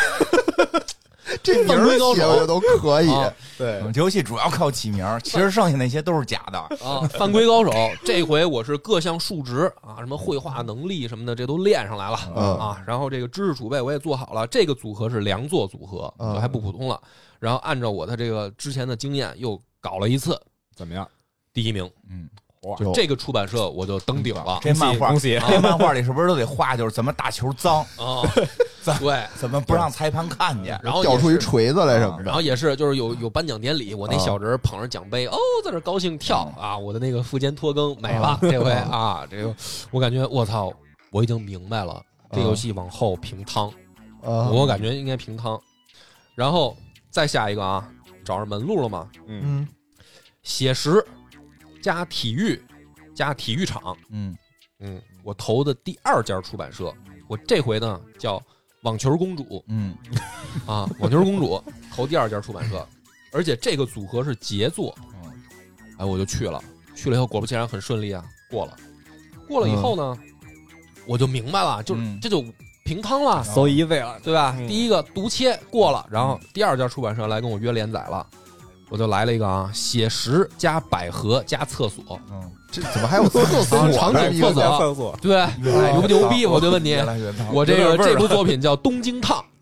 这犯规高手都可以， 对，这游戏主要靠起名，其实剩下那些都是假的啊。犯规高手这回我是各项数值啊，什么绘画能力什么的，这都练上来了啊。然后这个知识储备我也做好了，这个组合是良作组合，就还不普通了。然后按照我的这个之前的经验又搞了一次， 怎么样？ 第1名，就这个出版社我就登顶了。 这漫画， 恭喜！ 这漫画里是不是都得画就是怎么打球脏啊？对， 怎么不让裁判看见， 然后掉出一锤子来什么的。 然后也是就是有颁奖典礼，我那小人捧着奖杯，在这高兴跳啊！我的那个腹肩拖更没了，这回啊，这个我感觉我操，我已经明白了，这游戏往后平汤，我感觉应该平汤。然后再下一个啊，找着门路了吗？写实加体育加体育场，我投的第2家出版社，我这回呢叫网球公主，网球公主投第2家出版社，而且这个组合是杰作，我就去了以后果不其然很顺利啊，过了以后呢，我就明白了，这就平汤了 ，so easy了， 对吧？第一个读切过了，然后第2家出版社来跟我约连载了。我就来了一个啊，写实加百合加厕所， 这怎么还有厕所？ 场景厕所，对，牛不牛逼？我就问你，我这部作品叫《东京烫》，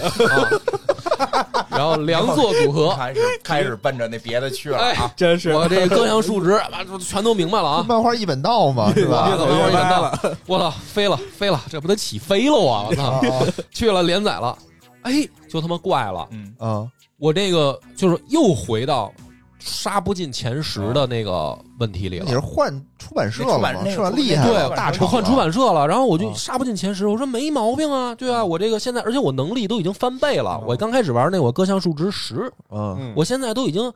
然后良作组合开始奔着那别的去了啊！ 真是我这各项数值全都明白了啊！ 漫画一本道嘛，是吧？ 越走越一本道了，我操，飞了，这不得起飞了啊！我操，去了连载了，就他妈怪了，我这个就是又回到杀不进前10的那个问题里了。 你是换出版社了吗？是吧？厉害， 对， 大厂换出版社了，然后我就杀不进前10，我说没毛病啊，对啊，我这个现在，而且我能力都已经翻倍了。我刚开始玩那我各项数值10，我现在都已经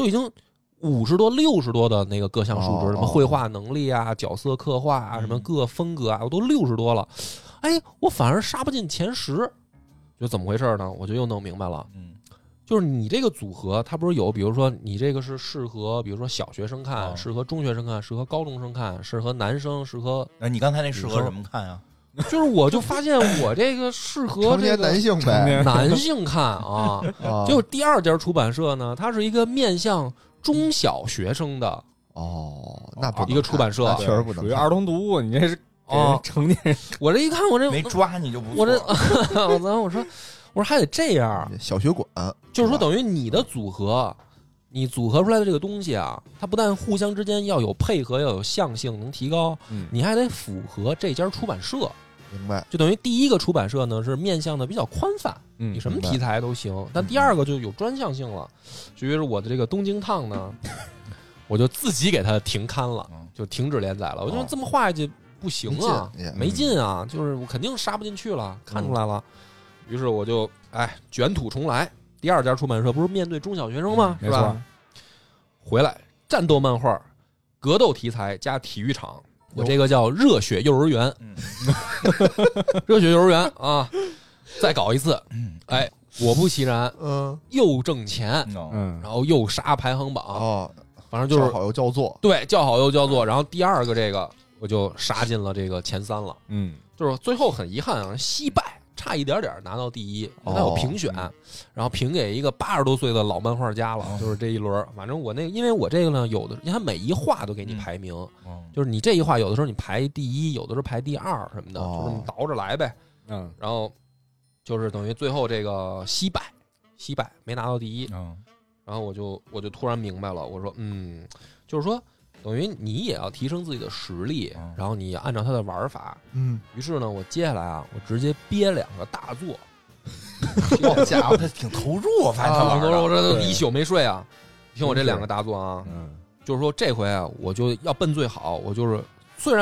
50多、60多的那个各项数值，什么绘画能力啊、角色刻画啊、什么各风格啊，我都60多了。我反而杀不进前10，就怎么回事呢？我就又弄明白了，就是你这个组合，它不是有，比如说你这个是适合，比如说小学生看，适合中学生看，适合高中生看，适合男生，适合…… 你刚才那适合什么看呀？ 就是我就发现我这个适合这个男性呗， 男性看啊。就第2家出版社呢，它是一个面向中小学生的那不一个出版社， 确实不能属于儿童读物，你这是成年人。 我这一看，我这没抓你就不错。 我说还得这样， 小学馆就是说等于你的组合，你组合出来的这个东西啊，它不但互相之间要有配合，要有象性能提高，你还得符合这家出版社。 明白？ 就等于第1个出版社呢是面向的比较宽泛，你什么题材都行，但第2个就有专项性了。至于我的这个东京烫呢，我就自己给它停刊了，就停止连载了。我觉得这么画下去不行啊，没劲啊，就是我肯定杀不进去了，看出来了。于是我就卷土重来，第2家出版社不是面对中小学生吗？是吧？回来战斗漫画，格斗题材加体育场，我这个叫热血幼儿园，热血幼儿园啊，再搞一次，果不其然，又挣钱，然后又杀排行榜，反正就是叫好又叫座， 对，叫好又叫座。然后第2个这个我就杀进了这个前3了，就是最后很遗憾啊，惜败。差一点点拿到第1，还有评选，然后评给一个80多岁的老漫画家了，就是这一轮。反正我那个，因为我这个呢，有的因为它每一画都给你排名，就是你这一画有的时候你排第1，有的时候排第2什么的，就这么倒着来呗。然后就是等于最后这个惜败没拿到第1，然后我就突然明白了，我说就是说。等于你也要提升自己的实力，然后你按照他的玩法，于是呢，我接下来啊，我直接憋2个大作， 好家伙，他挺投入，我发现他玩的， 我这一宿没睡啊。听我这2个大作啊，就是说这回啊，我就要奔最好，我就是虽然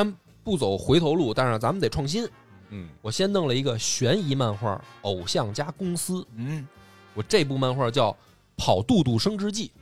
不走回头路，但是咱们得创新。 嗯， 我先弄了一个悬疑漫画《偶像加公司》。我这部漫画叫《跑肚肚升职记》。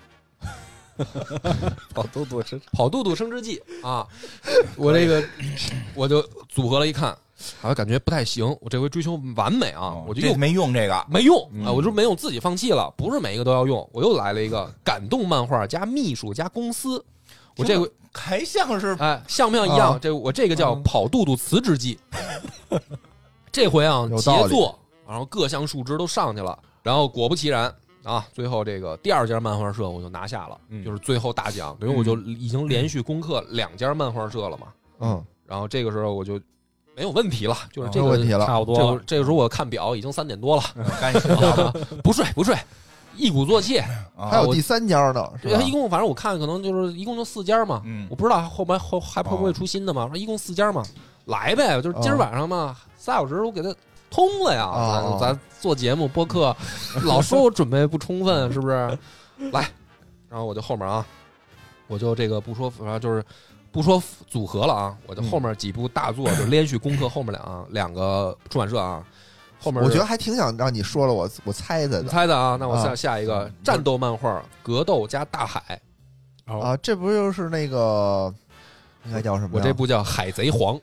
跑肚肚升职记啊！我这个我就组合了一看，好像感觉不太行。我这回追求完美啊，我就又没用这个， 没用啊！我就没用，自己放弃了。不是每一个都要用，我又来了一个感动漫画加秘书加公司。我这回还像是像不像一样？我这个叫跑肚肚辞职记。这回啊，杰作，然后各项数值都上去了，然后果不其然。最后这个第2家漫画社我就拿下了，就是最后大奖，等于我就已经连续攻克2家漫画社了嘛。然后这个时候我就没有问题了，就是这个问题了， 差不多。这个时候我看表已经3点多了，不睡，一鼓作气。 还有第3家呢， 对，一共反正我看可能就是一共就4家嘛，我不知道后还会不会出新的嘛，一共4家嘛，来呗，就是今儿晚上嘛，3小时我给他通了呀，咱做节目播客，老说我准备不充分，是不是？来，然后我就后面啊，我就这个不说组合了啊，我就后面几部大作就连续攻克后面两个出版社啊。后面我觉得还挺想让你说了，我猜的， 你猜的啊？那我下一个战斗漫画《格斗加大海》 啊，这不就是那个应该叫什么？ 我这部叫《海贼皇》。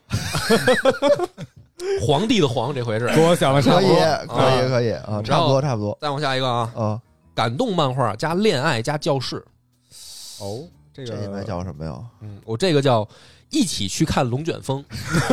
皇帝的皇，这回是跟我想的差不多， 可以啊，差不多。 再往下一个啊，感动漫画加恋爱加教室。 这应该叫什么呀？ 我这个叫一起去看龙卷风。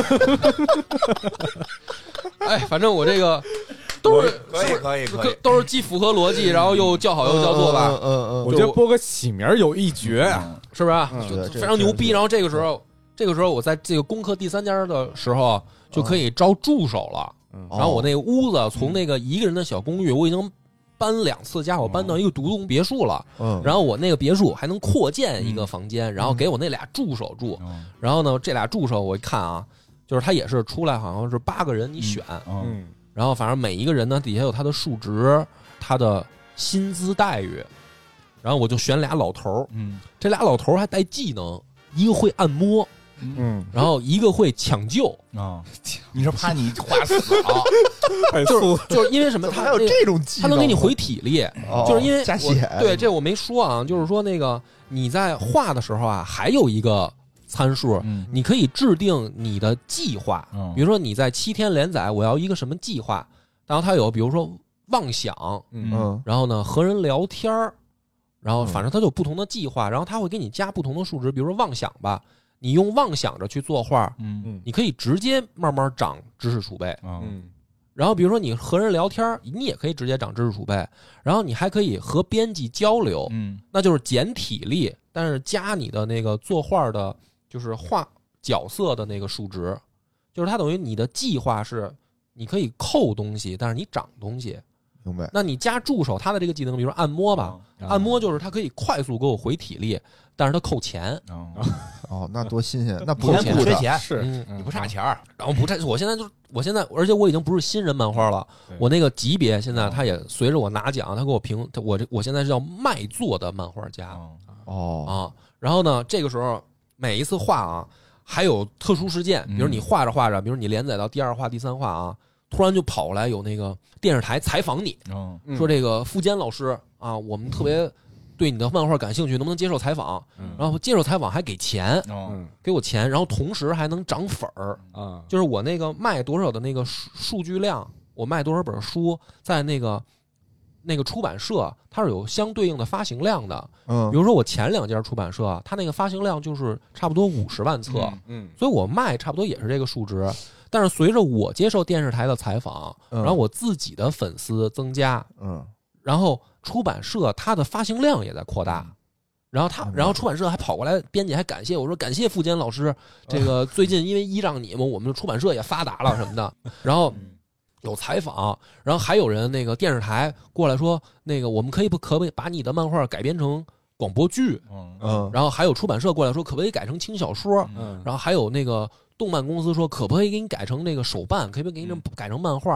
反正我这个都是可以， 都是既符合逻辑，然后又叫好又叫座吧。 我觉得播个起名有一绝， 是不是？非常牛逼。然后这个时候我在这个攻克第3家的时候就可以招助手了。然后我那个屋子从那个一个人的小公寓，我已经搬2次家，我搬到一个独栋别墅了。然后我那个别墅还能扩建一个房间，然后给我那俩助手住。然后呢，这俩助手我一看啊，就是他也是出来好像是8个人你选。然后反正每一个人呢底下有他的数值，他的薪资待遇。然后我就选俩老头这俩老头还带技能，一个会按摩。然后一个会抢救你是怕你画死了？ 就是因为什么？他还有这种技能， 他能给你回体力，就是因为加血。 对，这我没说啊，就是说那个你在画的时候啊，还有一个参数，你可以制定你的计划。比如说你在7天连载，我要一个什么计划？然后它有比如说妄想，然后呢和人聊天然后反正它就有不同的计划，然后它会给你加不同的数值，比如说妄想吧。你用妄想着去作画，你可以直接慢慢长知识储备，然后比如说你和人聊天，你也可以直接长知识储备，然后你还可以和编辑交流，那就是减体力，但是加你的那个作画的，就是画角色的那个数值，就是它等于你的计划是你可以扣东西，但是你长东西。 明白？ 那你加助手，他的这个技能，比如说按摩吧，按摩就是他可以快速给我回体力，但是他扣钱。 那多新鲜！那不缺钱， 是你不差钱。 然后不差，我现在，而且我已经不是新人漫画了，我那个级别现在他也随着我拿奖，他给我评，我现在是叫卖座的漫画家。然后呢，这个时候每一次画还有特殊事件，比如你画着画着，比如你连载到第2话、第3话突然就跑过来有那个电视台采访你，说这个富坚老师我们特别对你的漫画感兴趣，能不能接受采访？然后接受采访还给钱，给我钱，然后同时还能涨粉儿就是我那个卖多少的那个数据量，我卖多少本书，在那个出版社它是有相对应的发行量的。比如说我前2家出版社，它那个发行量就是差不多50万册，所以我卖差不多也是这个数值。但是随着我接受电视台的采访，然后我自己的粉丝增加，然后出版社它的发行量也在扩大，然后出版社还跑过来，编辑还感谢我说感谢富坚老师，这个最近因为依仗你们，我们的出版社也发达了什么的。然后有采访，然后还有人那个电视台过来说，那个我们可不可以把你的漫画改编成广播剧？然后还有出版社过来说，可不可以改成轻小说？然后还有那个动漫公司说，可不可以给你改成那个手办？可不可以给你改成漫画？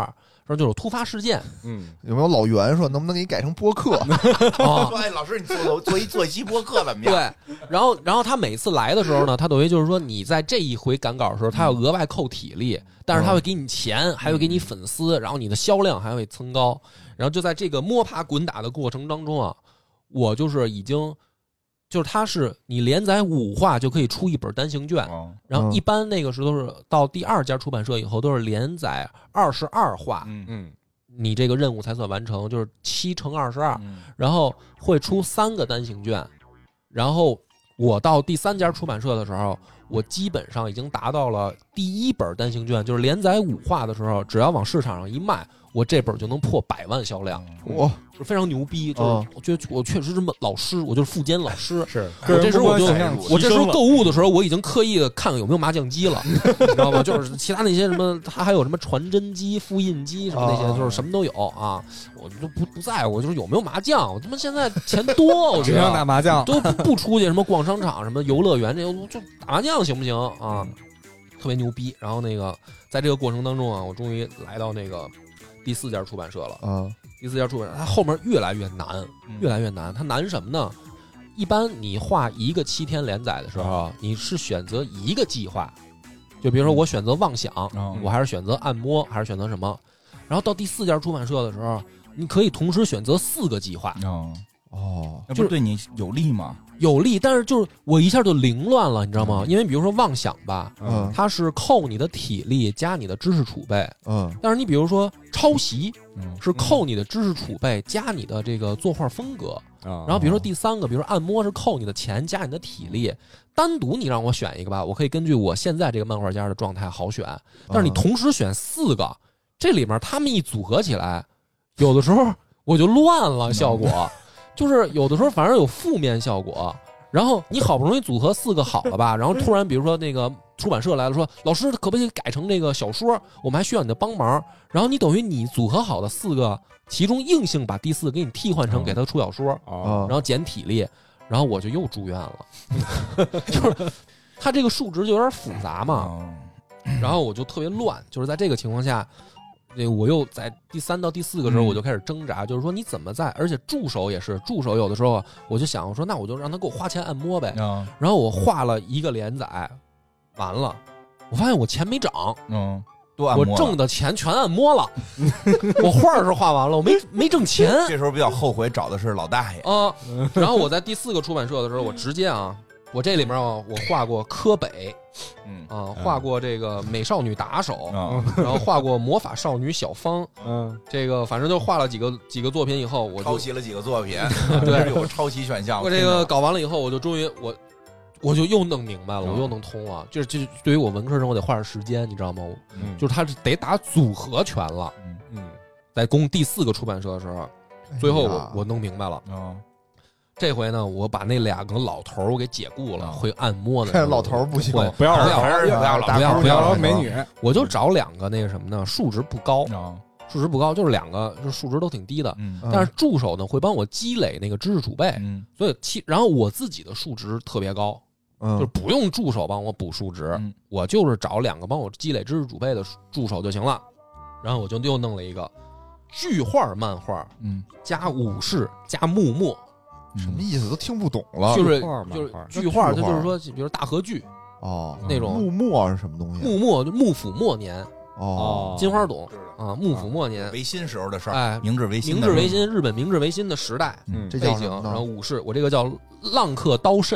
说就是突发事件， 有没有老袁说能不能给你改成播客？ 说哎，老师你做一期播客怎么样？ 对，然后他每次来的时候呢，他等于就是说你在这一回赶稿的时候，他要额外扣体力，但是他会给你钱，还会给你粉丝，然后你的销量还会增高。然后就在这个摸爬滚打的过程当中啊，我就是已经。就是它是你连载5话就可以出一本单行卷，然后一般那个时候都是到第2家出版社以后都是连载22话，你这个任务才算完成，就是7乘22，然后会出3个单行卷，然后我到第3家出版社的时候，我基本上已经达到了第1本单行卷，就是连载5话的时候，只要往市场上一卖，我这本就能破100万销量， 哇， 就非常牛逼。就是我觉得我确实是老师，我就是副监老师。 是， 我这时候我这时候购物的时候，我已经刻意的看看有没有麻将机了，你知道吗？就是其他那些什么，他还有什么传真机、复印机什么那些，就是什么都有啊。我就不在乎，就是有没有麻将。我他妈现在钱多，我觉得打麻将都不出去什么逛商场、什么游乐园，这就打麻将行不行啊？特别牛逼。然后那个在这个过程当中啊，我终于来到那个第4家出版社了。第4家出版社，它后面越来越难，越来越难。它难什么呢？一般你画一个7天连载的时候，你是选择一个计划，就比如说我选择妄想，我还是选择按摩，还是选择什么？然后到第4家出版社的时候，你可以同时选择4个计划。 就是对你有利吗？ 有利，但是就是我一下就凌乱了，你知道吗？因为比如说妄想吧，它是扣你的体力加你的知识储备，但是你比如说抄袭，是扣你的知识储备加你的这个作画风格，然后比如说第3个，比如说按摩是扣你的钱加你的体力，单独你让我选一个吧，我可以根据我现在这个漫画家的状态好选，但是你同时选4个，这里面他们一组合起来，有的时候我就乱了效果。就是有的时候反而有负面效果，然后你好不容易组合4个好了吧，然后突然比如说那个出版社来了说，老师可不可以改成这个小说，我们还需要你的帮忙，然后你等于你组合好的4个其中硬性把第4个给你替换成给他出小说，然后减体力，然后我就又住院了。就是他这个数值就有点复杂嘛，然后我就特别乱，就是在这个情况下，我又在第3到第4个时候我就开始挣扎，就是说你怎么在，而且助手也是，助手有的时候我就想说那我就让他给我花钱按摩呗，然后我画了1个连载，完了我发现我钱没涨，我挣的钱全按摩了，我画是画完了，我没挣钱。 这时候比较后悔找的是老大爷啊。然后我在第4个出版社的时候，我直接我这里面我画过柯北，画过这个美少女打手，然后画过魔法少女小芳，这个反正就画了几个作品以后，我就抄袭了几个作品， 对， 有抄袭选项。 我这个搞完了以后，我就终于我就又弄明白了，我又弄通了。就是对于我文科生，我得花点时间，你知道吗？就是他得打组合拳了。在攻第4个出版社的时候，最后我弄明白了。这回呢，我把那2个老头我给解雇了，会按摩的。 老头不行， 不要美女， 我就找2个那个什么呢，数值不高，就是2个就是数值都挺低的。但是助手呢会帮我积累那个知识储备，所以然后我自己的数值特别高，就是不用助手帮我补数值，我就是找2个帮我积累知识储备的助手就行了。然后我就又弄了一个巨画漫画，加武士加幕末。 什么意思都听不懂了， 就是巨画，它就是说，比如大河剧那种。 幕末是什么东西？ 幕末就幕府末年金花懂啊，幕府末年维新时候的事儿， 哎， 明治维新， 日本明治维新的时代背景，然后武士，我这个叫浪客刀肾。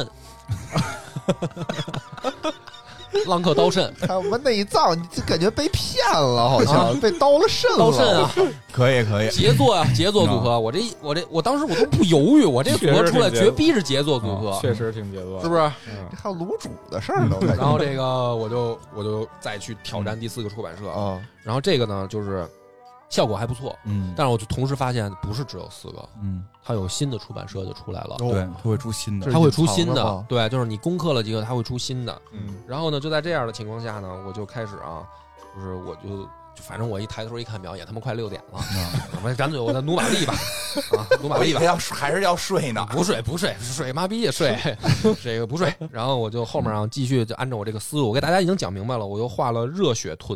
浪客刀肾， 我们内脏，你就感觉被骗了，好像被刀了肾了。 刀肾啊， 可以， 杰作啊，杰作组合。我当时我都不犹豫，我这组合出来绝逼是杰作组合， 确实挺杰作， 是不是？ 这还有卤煮的事儿呢。 然后这个我就再去挑战第4个出版社啊。然后这个呢，就是效果还不错，但是我就同时发现不是只有4个，它有新的出版社就出来了， 对，它会出新的， 它会出新的，对，就是你攻克了几个，它会出新的，然后呢，就在这样的情况下呢，我就开始就是我就反正我一抬头一看表，也他妈快6点了，我赶紧我再努把力吧，努把力吧， 还是要睡呢？ 不睡，妈逼也睡，这个不睡。然后我就后面继续就按照我这个思路，我给大家已经讲明白了，我又画了热血屯子。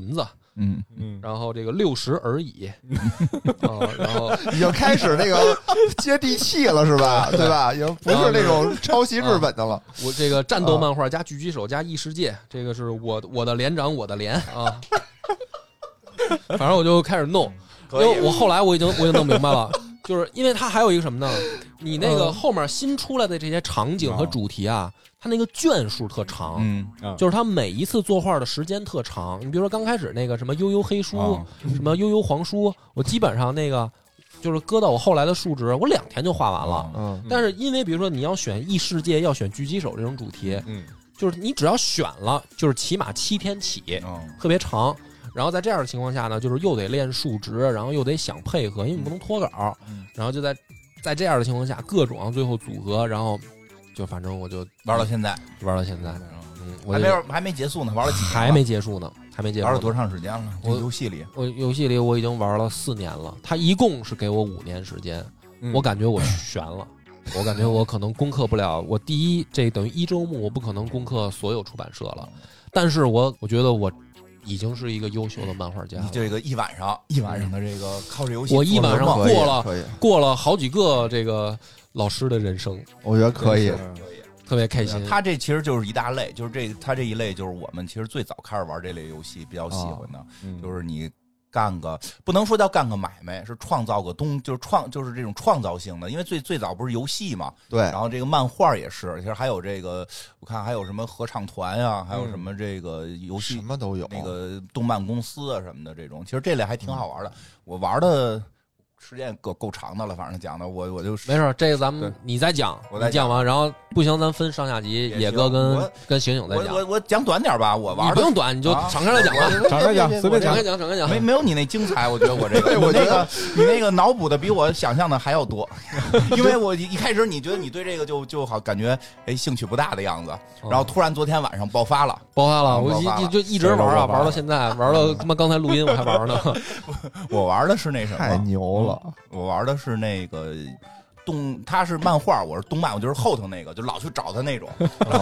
然后这个60而已然后已经开始那个接地气了是吧？对吧？已经不是那种抄袭日本的了。 我这个战斗漫画加狙击手加异世界，这个是我的连长我的连啊。反正我就开始弄，因为我后来我已经弄明白了，就是因为它还有一个什么呢？你那个后面新出来的这些场景和主题啊，它那个卷数特长，就是它每一次作画的时间特长。你比如说刚开始那个什么悠悠黑书，什么悠悠黄书，我基本上那个就是搁到我后来的数值，我2天就画完了。但是因为比如说你要选异世界，要选狙击手这种主题，就是你只要选了，就是起码7天起，特别长。然后在这样的情况下呢，就是又得练数值，然后又得想配合，因为你不能脱稿，然后就在这样的情况下，各种最后组合，然后就反正我就玩到现在， 还没结束呢，玩了几年？ 还没结束呢， 玩了多长时间了？我游戏里我已经玩了4年了，他一共是给我5年时间，我感觉我悬了。我感觉我可能攻克不了，我这等于1周目我不可能攻克所有出版社了，但是我觉得我已经是一个优秀的漫画家了。 你这个一晚上的这个靠这游戏， 我一晚上过了好几个这个老师的人生， 我觉得可以， 特别开心。 他这其实就是一大类，就是他这一类就是我们其实最早开始玩这类游戏比较喜欢的，就是你不能说叫干个买卖，是创造个就是这种创造性的，因为最早不是游戏嘛， 对，然后这个漫画也是，其实还有这个我看还有什么合唱团啊，还有什么这个游戏什么都有， 那个动漫公司啊什么的这种，其实这类还挺好玩的，我玩的时间够长的了，反正讲的我就没事，这个咱们你再讲，你讲完，然后不行咱分上下集，野哥跟醒醒再讲。 我讲短点吧，我玩你不用短，你就敞开来讲吧， 敞开讲，随便敞开讲， 没有你那精彩，我觉得我这个你那个脑补的比我想象的还要多，因为我一开始你觉得你对这个就好感觉兴趣不大的样子，然后突然昨天晚上爆发了， 我就一直玩啊，玩到现在，玩到他妈刚才录音我还玩呢。 我玩的是那什么， 太牛了。 我玩的是那个他是漫画，我是动漫，我就是后头那个，就老去找他那种，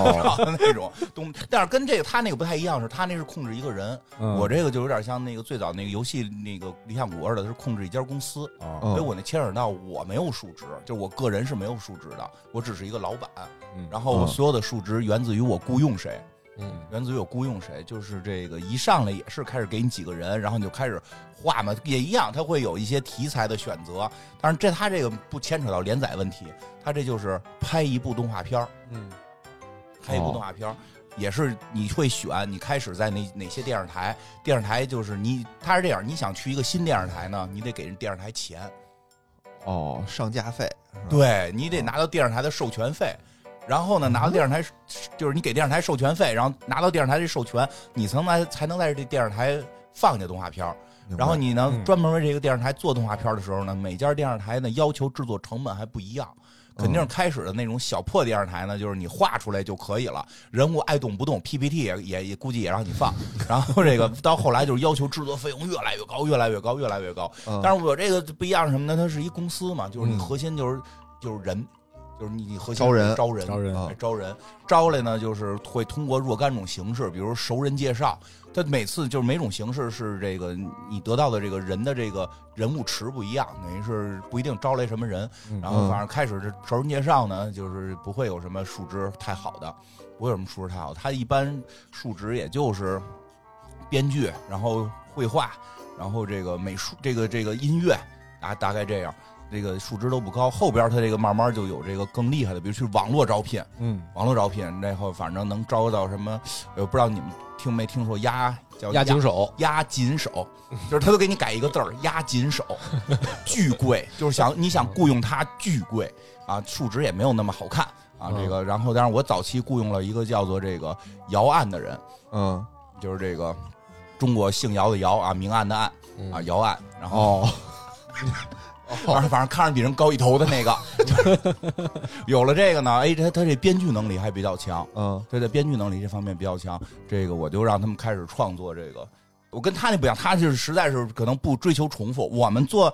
但是跟这个他那个不太一样，是他那是控制一个人，我这个就有点像那个最早那个游戏那个理想国似的，是控制一家公司，所以我那牵扯到我没有数值，就是我个人是没有数值的，我只是一个老板，然后所有的数值源自于我雇佣谁。源自于我雇佣谁，就是这个一上来也是开始给你几个人，然后你就开始画嘛，也一样，它会有一些题材的选择，但是他这个不牵扯到连载问题，他这就是拍一部动画片拍一部动画片也是你会选，你开始在哪些电视台就是他是这样，你想去一个新电视台呢，你得给人电视台钱， 上架费， 对你得拿到电视台的授权费。然后呢，拿到电视台，就是你给电视台授权费，然后拿到电视台的授权，你才能在这电视台放这动画片。然后你呢，专门为这个电视台做动画片的时候呢，每家电视台呢要求制作成本还不一样。肯定是开始的那种小破电视台呢，就是你画出来就可以了，人物爱动不动 ，PPT 也估计也让你放。然后这个到后来就是要求制作费用越来越高，越来越高，越来越高。但是我这个不一样是什么呢？它是一公司嘛，就是你核心就是人。就是你核心招人招来呢，就是会通过若干种形式，比如熟人介绍，他每次就是每种形式是这个你得到的这个人的这个人物池不一样，等于是不一定招来什么人。然后反正开始这熟人介绍呢，就是不会有什么数值太好的，不会有什么数值太好的，他一般数值也就是编剧，然后绘画，然后这个美术，这个音乐啊，大概这样。这个数值都不高，后边它这个慢慢就有这个更厉害的，比如去网络招聘，网络招聘，然后反正能招到什么，不知道你们听没听说押金手， 押金手，就是他都给你改一个字儿，押金手，巨贵，就是你想雇佣他巨贵啊，数值也没有那么好看啊，这个，然后当然我早期雇佣了一个叫做这个姚案的人，就是这个中国姓姚的姚啊，明案的案啊，姚案，然后。反正看着比人高一头的那个，有了这个呢，他这编剧能力还比较强，他在编剧能力这方面比较强。这个我就让他们开始创作这个，我跟他那不一样，他就是实在是可能不追求重复。我们做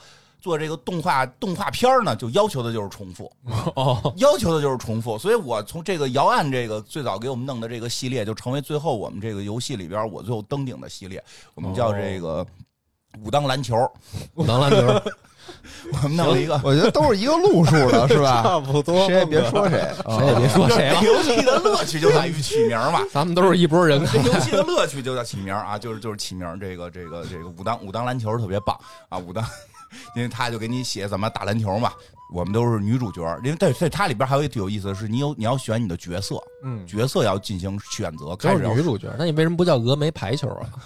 做这个动画片呢，就要求的就是重复，要求的就是重复。所以我从这个摇岸这个最早给我们弄的这个系列，就成为最后我们这个游戏里边我最后登顶的系列，我们叫这个武当篮球， 武当篮球。 我们弄了一个， 我觉得都是一个路数的，是吧？ 差不多， 谁也别说谁， 谁也别说谁了。 游戏的乐趣就在于起名嘛， 咱们都是一拨人。 这游戏的乐趣就叫起名啊，就是起名。这个武当篮球特别棒啊，武当，因为他就给你写怎么打篮球嘛。我们都是女主角，因为在它里边还有一个有意思的是，你要选你的角色，角色要进行选择。 都是女主角，那你为什么不叫峨眉排球啊？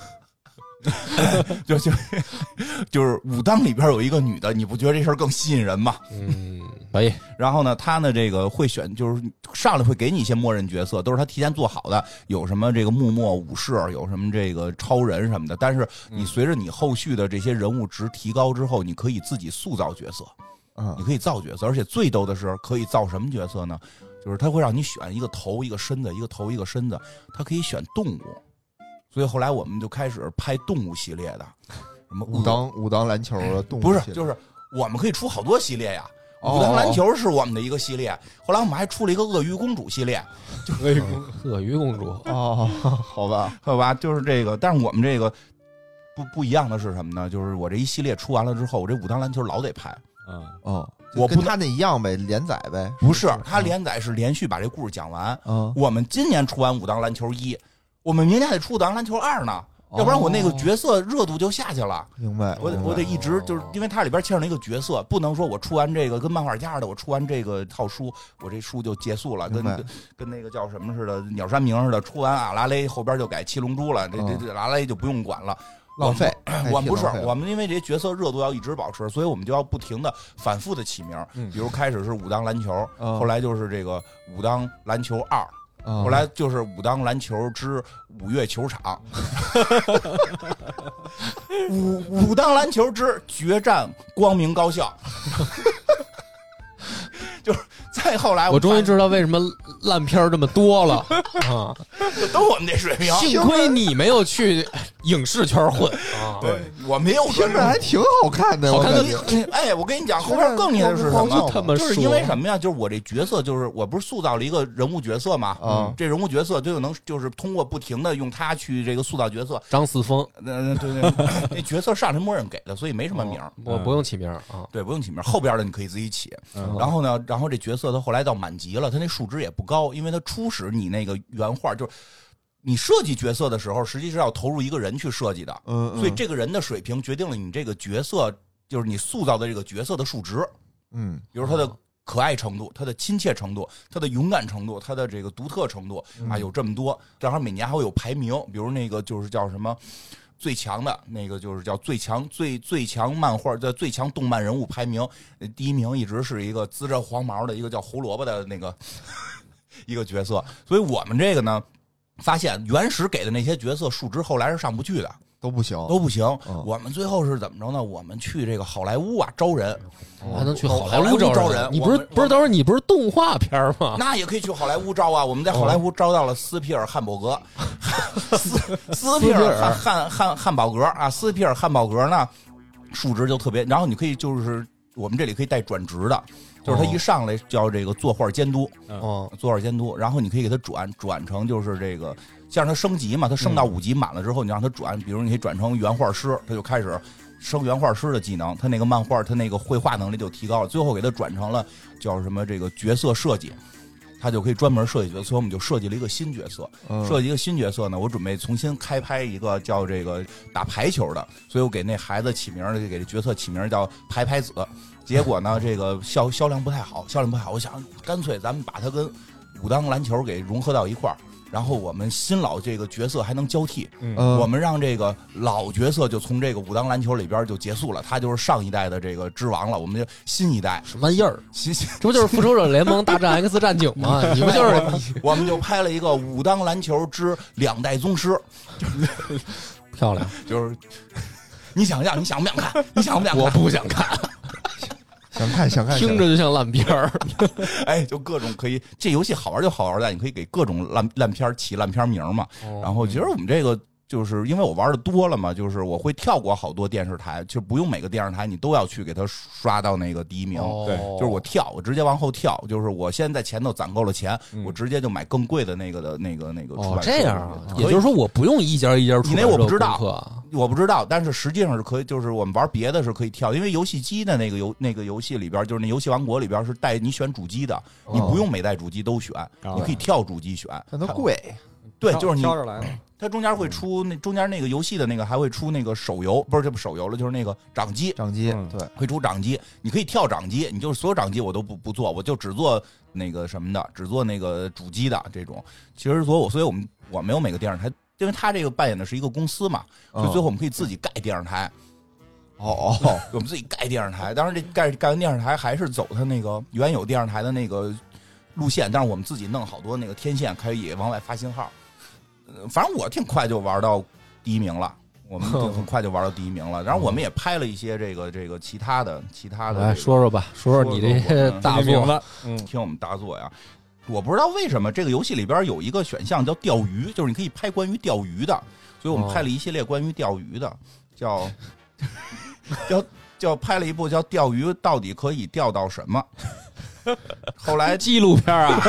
就是武当里边有一个女的，你不觉得这事儿更吸引人吗？ 可以。 然后呢，他呢这个会选，就是上来会给你一些默认角色，都是他提前做好的，有什么这个幕末武士，有什么这个超人什么的。但是你随着你后续的这些人物值提高之后，你可以自己塑造角色，你可以造角色，而且最逗的是可以造什么角色呢？就是他会让你选一个头一个身子，一个头一个身子，他可以选动物。所以后来我们就开始拍动物系列的，什么武当篮球的动物不是，就是我们可以出好多系列呀。武当篮球是我们的一个系列，后来我们还出了一个鳄鱼公主系列。 鳄鱼公主好吧，就是这个。但是我们这个不一样的是什么呢？就是我这一系列出完了之后，我这武当篮球老得拍。 我跟他那一样呗，连载呗。 不是，他连载是连续把这故事讲完。我们今年出完武当篮球1。我们明年得出武当篮球2呢，要不然我那个角色热度就下去了。 明白？ 我得一直就是因为它里边牵扯一个角色，不能说我出完这个跟漫画家的，我出完这个套书，我这书就结束了，跟那个叫什么似的，鸟山明似的，出完阿拉蕾后边就改七龙珠了，这阿拉蕾就不用管了。 浪费， 我们不是，我们因为这些角色热度要一直保持，所以我们就要不停的反复的起名，比如开始是武当篮球，后来就是这个武当篮球2。后来就是武当篮球之五月球场，武当篮球之决战光明高校，就是再后来我终于知道为什么烂片这么多了啊！ 都我们这水平， 幸亏你没有去影视圈混啊！ 对，我没有， 听着还挺好看的。 好看的， 哎，我跟你讲，后边更厉害的是什么？就是因为什么呀？就是我这角色，就是我不是塑造了一个人物角色嘛？这人物角色就能就是通过不停的用它去这个塑造角色。 张四丰， 对，那角色上来默认给的，所以没什么名， 我不用起名啊。 对，不用起名，后边的你可以自己起。然后呢，这角色他后来到满级了，他那数值也不高，因为他初始你那个原画就是你设计角色的时候，实际是要投入一个人去设计的，所以这个人的水平决定了你这个角色，就是你塑造的这个角色的数值，比如他的可爱程度，他的亲切程度，他的勇敢程度，他的这个独特程度啊，有这么多，正好每年还会有排名，比如那个就是叫什么。最强的那个就是叫最强漫画的最强动漫人物排名，第一名一直是一个滋着黄毛的一个叫胡萝卜的那个一个角色，所以我们这个呢，发现原始给的那些角色数值后来是上不去的， 都不行。 我们最后是怎么着呢？我们去这个好莱坞啊招人， 还能去好莱坞招人？ 你不是等会儿你不是动画片吗？ 那也可以去好莱坞招啊！我们在好莱坞招到了斯皮尔汉堡格，斯皮尔汉堡格啊，斯皮尔汉堡格呢，数值就特别。然后你可以就是我们这里可以带转职的。就是他一上来叫这个作画监督，作画监督，然后你可以给他转成就是这个，像他升级嘛，他升到5级满了之后，你让他转，比如你可以转成原画师，他就开始升原画师的技能，他那个漫画他那个绘画能力就提高了，最后给他转成了叫什么这个角色设计，他就可以专门设计角色，所以我们就设计了一个新角色，设计一个新角色呢，我准备重新开拍一个叫这个打排球的，所以我给那孩子起名，给这角色起名叫排排子。结果呢，这个销量不太好，我想干脆咱们把它跟武当篮球给融合到一块儿，然后我们新老这个角色还能交替，我们让这个老角色就从这个武当篮球里边就结束了，他就是上一代的这个之王了，我们就新一代什么印儿，这不就是复仇者联盟大战 X 战警吗？你们就是我们就拍了一个武当篮球之2代宗师， 漂亮， 就是你想不想看？你想不想看？ 我不想看。 想看， 听着就像烂片儿。 哎，就各种可以，这游戏好玩就好玩在你可以给各种烂片起烂片名嘛。然后其实我们这个就是因为我玩的多了嘛，就是我会跳过好多电视台，就不用每个电视台你都要去给它刷到那个第一名。 对， 就是我跳，我直接往后跳，就是我现在前头攒够了钱，我直接就买更贵的那个出版社。 这样啊，也就是说我不用一家一家出版社。 你那我不知道，我不知道，但是实际上是可以，就是我们玩别的是可以跳，因为游戏机的那个游戏里边，就是那游戏王国里边是带你选主机的，你不用每代主机都选，你可以跳主机选， 但它贵。 对，就是你挑着来了。 它中间会出中间那个游戏的那个还会出那个手游，不是这不手游了，就是那个掌机， 对， 会出掌机，你可以跳掌机，你就是所有掌机我都不做，我就只做那个什么的，只做那个主机的这种。其实所以我没有每个电视台，因为他这个扮演的是一个公司嘛，所以最后我们可以自己盖电视台。我们自己盖电视台，当然这盖完电视台还是走他那个原有电视台的那个路线，但是我们自己弄好多那个天线，可以往外发信号。反正我挺快就玩到第一名了，我们很快就玩到第一名了。然后我们也拍了一些这个其他的， 来说说吧，说说你这些大作， 听我们大作呀。我不知道为什么这个游戏里边有一个选项叫钓鱼，就是你可以拍关于钓鱼的，所以我们拍了一系列关于钓鱼的，叫拍了一部叫《钓鱼到底可以钓到什么》。后来纪录片啊。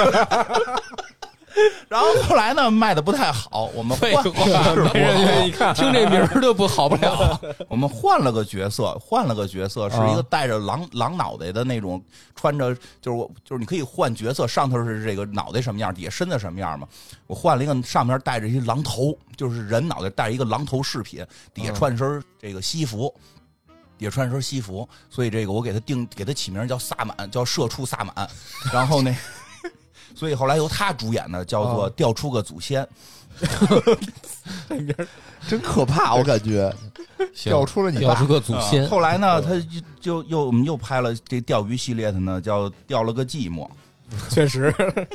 然后后来呢，卖的不太好，我们没人愿意看，听这名儿就不好不了。 我们换了个角色，是一个带着狼脑袋的那种，穿着就是你可以换角色，上头是这个脑袋什么样，底下身子什么样嘛。我换了一个上面带着一狼头，就是人脑袋带着一个狼头饰品，底下穿身这个西服。也穿身西服，所以这个我给他起名叫萨满，叫社畜萨满。然后呢，所以后来由他主演的叫做调出个祖先。 真可怕，我感觉调出了你调出个祖先。 后来呢，他我们又拍了这钓鱼系列的呢，叫钓了个寂寞。 确实。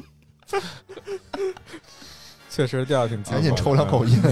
确实钓挺赶紧抽两口烟，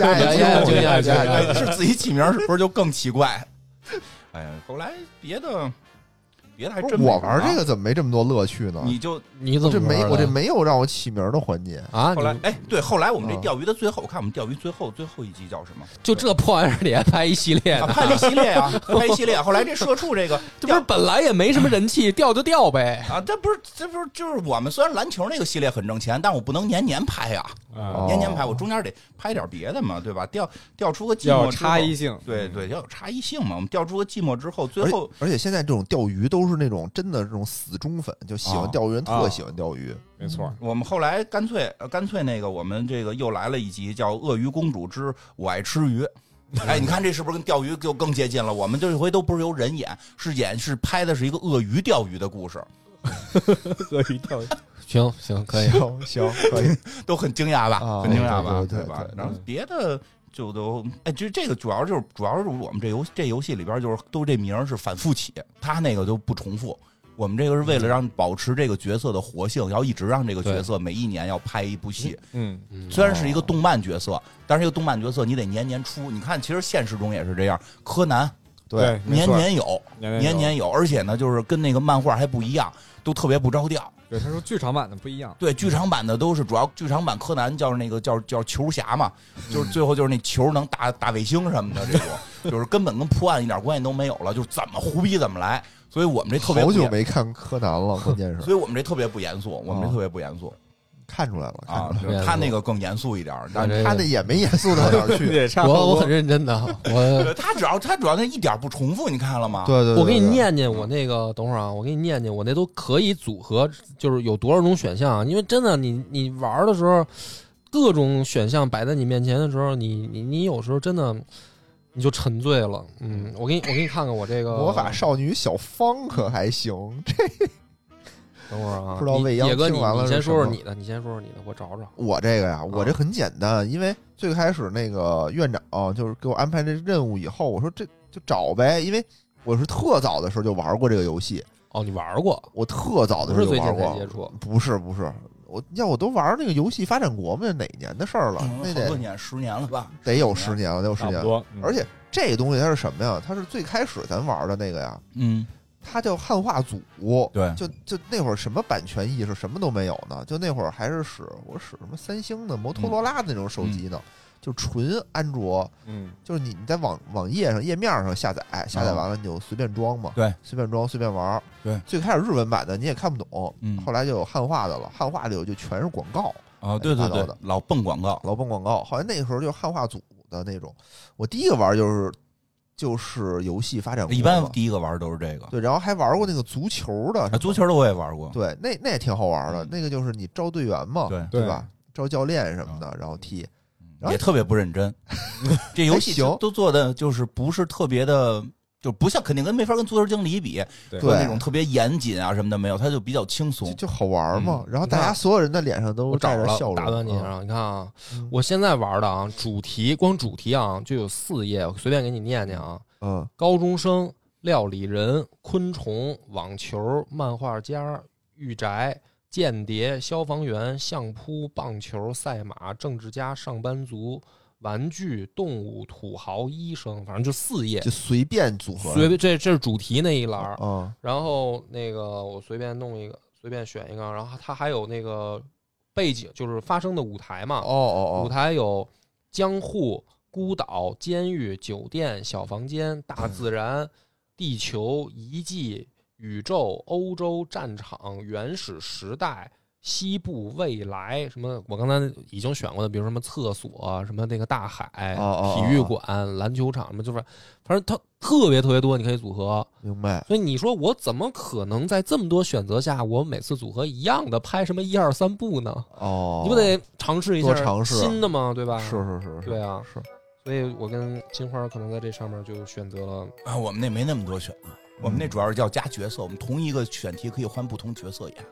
是自己起名是不是就更奇怪？哎呀，后来别的还真我玩这个怎么没这么多乐趣呢？ 你怎么我这没有让我起名的环节啊？ 后来对，后来我们这钓鱼的最后，我看我们钓鱼最后一集叫什么？ 就这破玩意儿里还拍一系列呢？ 拍一系列啊，拍一系列。后来这社畜这个， 这不是本来也没什么人气，钓就钓呗啊！这不是就是我们虽然篮球那个系列很挣钱，但我不能年拍呀。年拍，我中间得拍点别的嘛，对吧？调出个寂寞， 要有差异性， 对，要有差异性嘛。我们调出个寂寞之后，最后而且现在这种钓鱼都是那种真的这种死忠粉，就喜欢钓鱼人特喜欢钓鱼， 没错。 我们后来干脆那个，我们这个又来了一集叫《鳄鱼公主之我爱吃鱼》。哎，你看这是不是跟钓鱼就更接近了？我们这回都不是由人演，是拍的是一个鳄鱼钓鱼的故事。 鳄鱼钓鱼。 行，可以， 行，可以， 都很惊讶吧？很惊讶吧？ 对吧？然后别的就都，这个主要是我们这游戏里边就是都这名是反复起，他那个都不重复。我们这个是为了让保持这个角色的活性，要一直让这个角色每一年要拍一部戏。虽然是一个动漫角色，但是这个动漫角色你得年出。你看，其实现实中也是这样，柯南对年有，而且呢，就是跟那个漫画还不一样，都特别不着调。 对，他说剧场版的不一样。 对，剧场版的都是主要剧场版柯南叫那个叫球侠嘛，就是最后就是那球能打卫星什么的这种，就是根本跟破案一点关系都没有了，就是怎么胡逼怎么来。所以我们这特别好久没看柯南了，关键是， 所以我们这特别不严肃， 看出来了啊，他那个更严肃一点，但他那也没严肃到哪儿去。 我很认真的， 他主要那一点不重复，你看了吗？ 对， 我给你念念我那个，等会儿啊，我给你念念我那都可以组合，就是有多少种选项。因为真的，你玩的时候，各种选项摆在你面前的时候，你有时候真的你就沉醉了。我给你看看我这个魔法少女小芳可还行这。 等会儿啊， 不知道未央听完了， 你先说说你的，我找找。 我这个呀，我这很简单，因为最开始那个院长就是给我安排这任务以后，我说这就找呗，因为我是特早的时候就玩过这个游戏。 哦，你玩过？ 我特早的时候就玩过。 不是最近才接触？ 不是，我都玩那个游戏发展国嘛，哪年的事儿了？那得 10年了吧？ 得有10年了，得有10年了。 而且这个东西它是什么呀？它是最开始咱玩的那个呀，它叫汉化组， 对， 就那会儿什么版权意识什么都没有呢，就那会儿还是我使什么三星的摩托罗拉的那种手机呢， 就纯安卓，就是你在网页上页面上下载完了你就随便装嘛， 对， 随便装随便玩。 对， 最开始日文版的你也看不懂，后来就有汉化的了，汉化里就全是广告啊，对对对，老蹦广告， 好像那个时候就是汉化组的那种。我第一个玩就是游戏发展过， 一般第一个玩都是这个。 对，然后还玩过那个足球的， 足球的我也玩过。 对，那也挺好玩的。那个就是你招队员嘛，对吧？招教练什么的，然后踢， 也特别不认真。这游戏都做的就是不是特别的，就不像肯定没法跟足球经理比， 对那种特别严谨啊什么的没有，它就比较轻松， 就好玩嘛。然后大家所有人的脸上都带着笑容。 打断你啊，你看啊，我现在玩的啊，光主题啊就有4页，我随便给你念念啊。高中生、料理人、昆虫、网球、漫画家、御宅、间谍、消防员、相扑、棒球、赛马、政治家、上班族、玩具、动物、土豪、医生，反正就4页， 就随便组合。 这是主题那一栏，然后那个我随便弄一个，随便选一个，然后它还有那个背景，就是发生的舞台嘛。舞台有江户、孤岛、监狱、酒店、小房间、大自然、地球、遗迹、宇宙、欧洲战场、原始时代、西部未来，什么我刚才已经选过的，比如什么厕所、什么那个大海、体育馆、篮球场什么，就是反正它特别特别多，你可以组合。 明白。 所以你说我怎么可能在这么多选择下，我每次组合一样的拍什么1、2、3部呢？你不得尝试一下新的吗？对吧？ 是， 对啊， 是。 所以我跟金花可能在这上面就选择了啊，我们那没那么多选择，我们那主要是要加角色，我们同一个选题可以换不同角色演。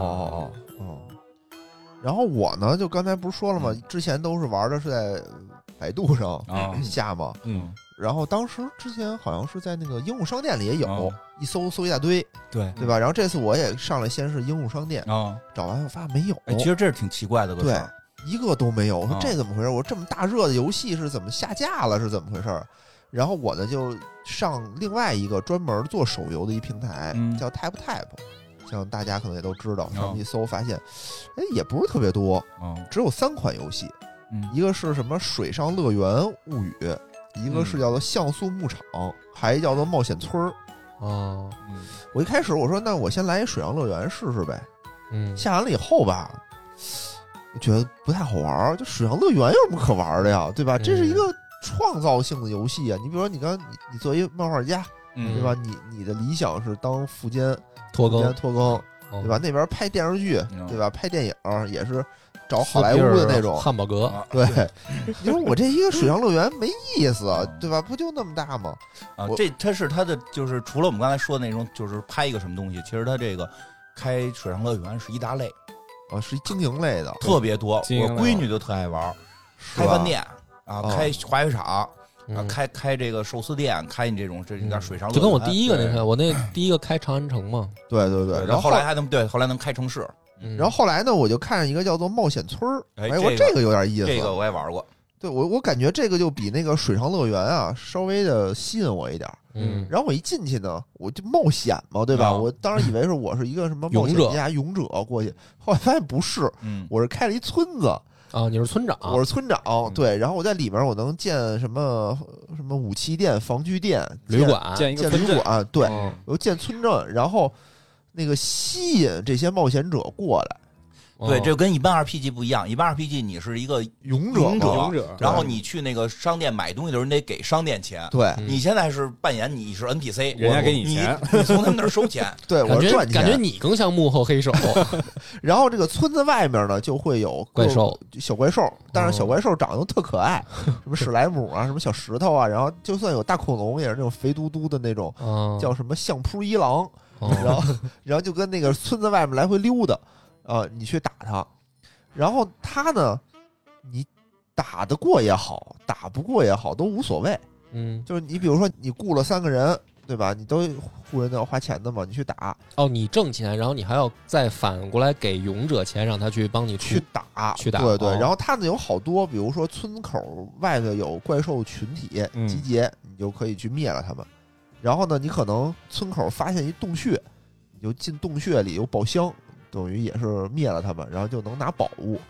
然后我呢，就刚才不是说了吗？之前都是玩的是在百度上下嘛，然后当时之前好像是在那个应用商店里也有，一搜一大堆，对吧？然后这次我也上来先是应用商店找完我发现没有， 其实这是挺奇怪的个事儿。 一个都没有，我说这怎么回事？我这么大热的游戏是怎么下架了？是怎么回事？然后我呢就上另外一个专门做手游的一平台，叫 TapTap， 像大家可能也都知道，上面一搜发现，也不是特别多，只有3款游戏，一个是什么水上乐园物语，一个是叫做像素牧场，还叫做冒险村我一开始我说那我先来一水上乐园试试呗，下完了以后吧。觉得不太好玩，就水上乐园有什么可玩的呀，对吧？这是一个创造性的游戏啊！你比如说，你作为漫画家，对吧？你的理想是当副监拖更，对吧？那边拍电视剧，对吧？拍电影也是找好莱坞的那种汉堡阁， 对。你说我这一个水上乐园没意思，对吧？不就那么大吗？ 它是它的就是除了我们刚才说的那种，就是拍一个什么东西，其实它这个开水上乐园是一大类。 是一经营类的， 特别多。我闺女就特爱玩，开饭店开滑雪场开这个寿司店，开你这种水上乐园， 就跟我第一个那个，我那第一个开长安城嘛。 对， 然后后来还后来能开城市。 然后后来呢，我就看上一个叫做冒险村我这个有点意思。 这个我也玩过。 对我感觉这个就比那个水上乐园啊稍微的吸引我一点。然后我一进去呢，我就冒险嘛，对吧？我当时以为是我是一个什么冒险家勇者过去，后来发现不是，我是开了一村子啊，你是村长， 我是村长，对。然后我在里面我能建什么武器店、防具店、 旅馆， 建旅馆，对，我建村镇，然后那个吸引这些冒险者过来。 对，这跟一般 RPG 不一样。一般 RPG 你是一个勇者，然后你去那个商店买东西的时候，你得给商店钱。 对， 你现在是扮演你是 NPC， 人家给你钱， 你从他们那儿收钱。 对，我赚钱。 感觉你更像幕后黑手。 然后这个村子外面呢，就会有小怪兽，但是小怪兽长得都特可爱，什么史莱姆啊，什么小石头啊，然后就算有大恐龙，也是那种肥嘟嘟的那种，叫什么相扑一郎。然后就跟那个村子外面来回溜达。你去打他，然后他呢，你打得过也好，打不过也好，都无所谓。就是你比如说你雇了3个人，对吧？你都雇人都要花钱的嘛，你去打。 你挣钱，然后你还要再反过来给勇者钱，让他去帮你去打。对。然后他呢有好多，比如说村口外头有怪兽群体集结，你就可以去灭了他们。然后呢，你可能村口发现一洞穴，你就进洞穴里有宝箱。等于也是灭了他们，然后就能拿宝物。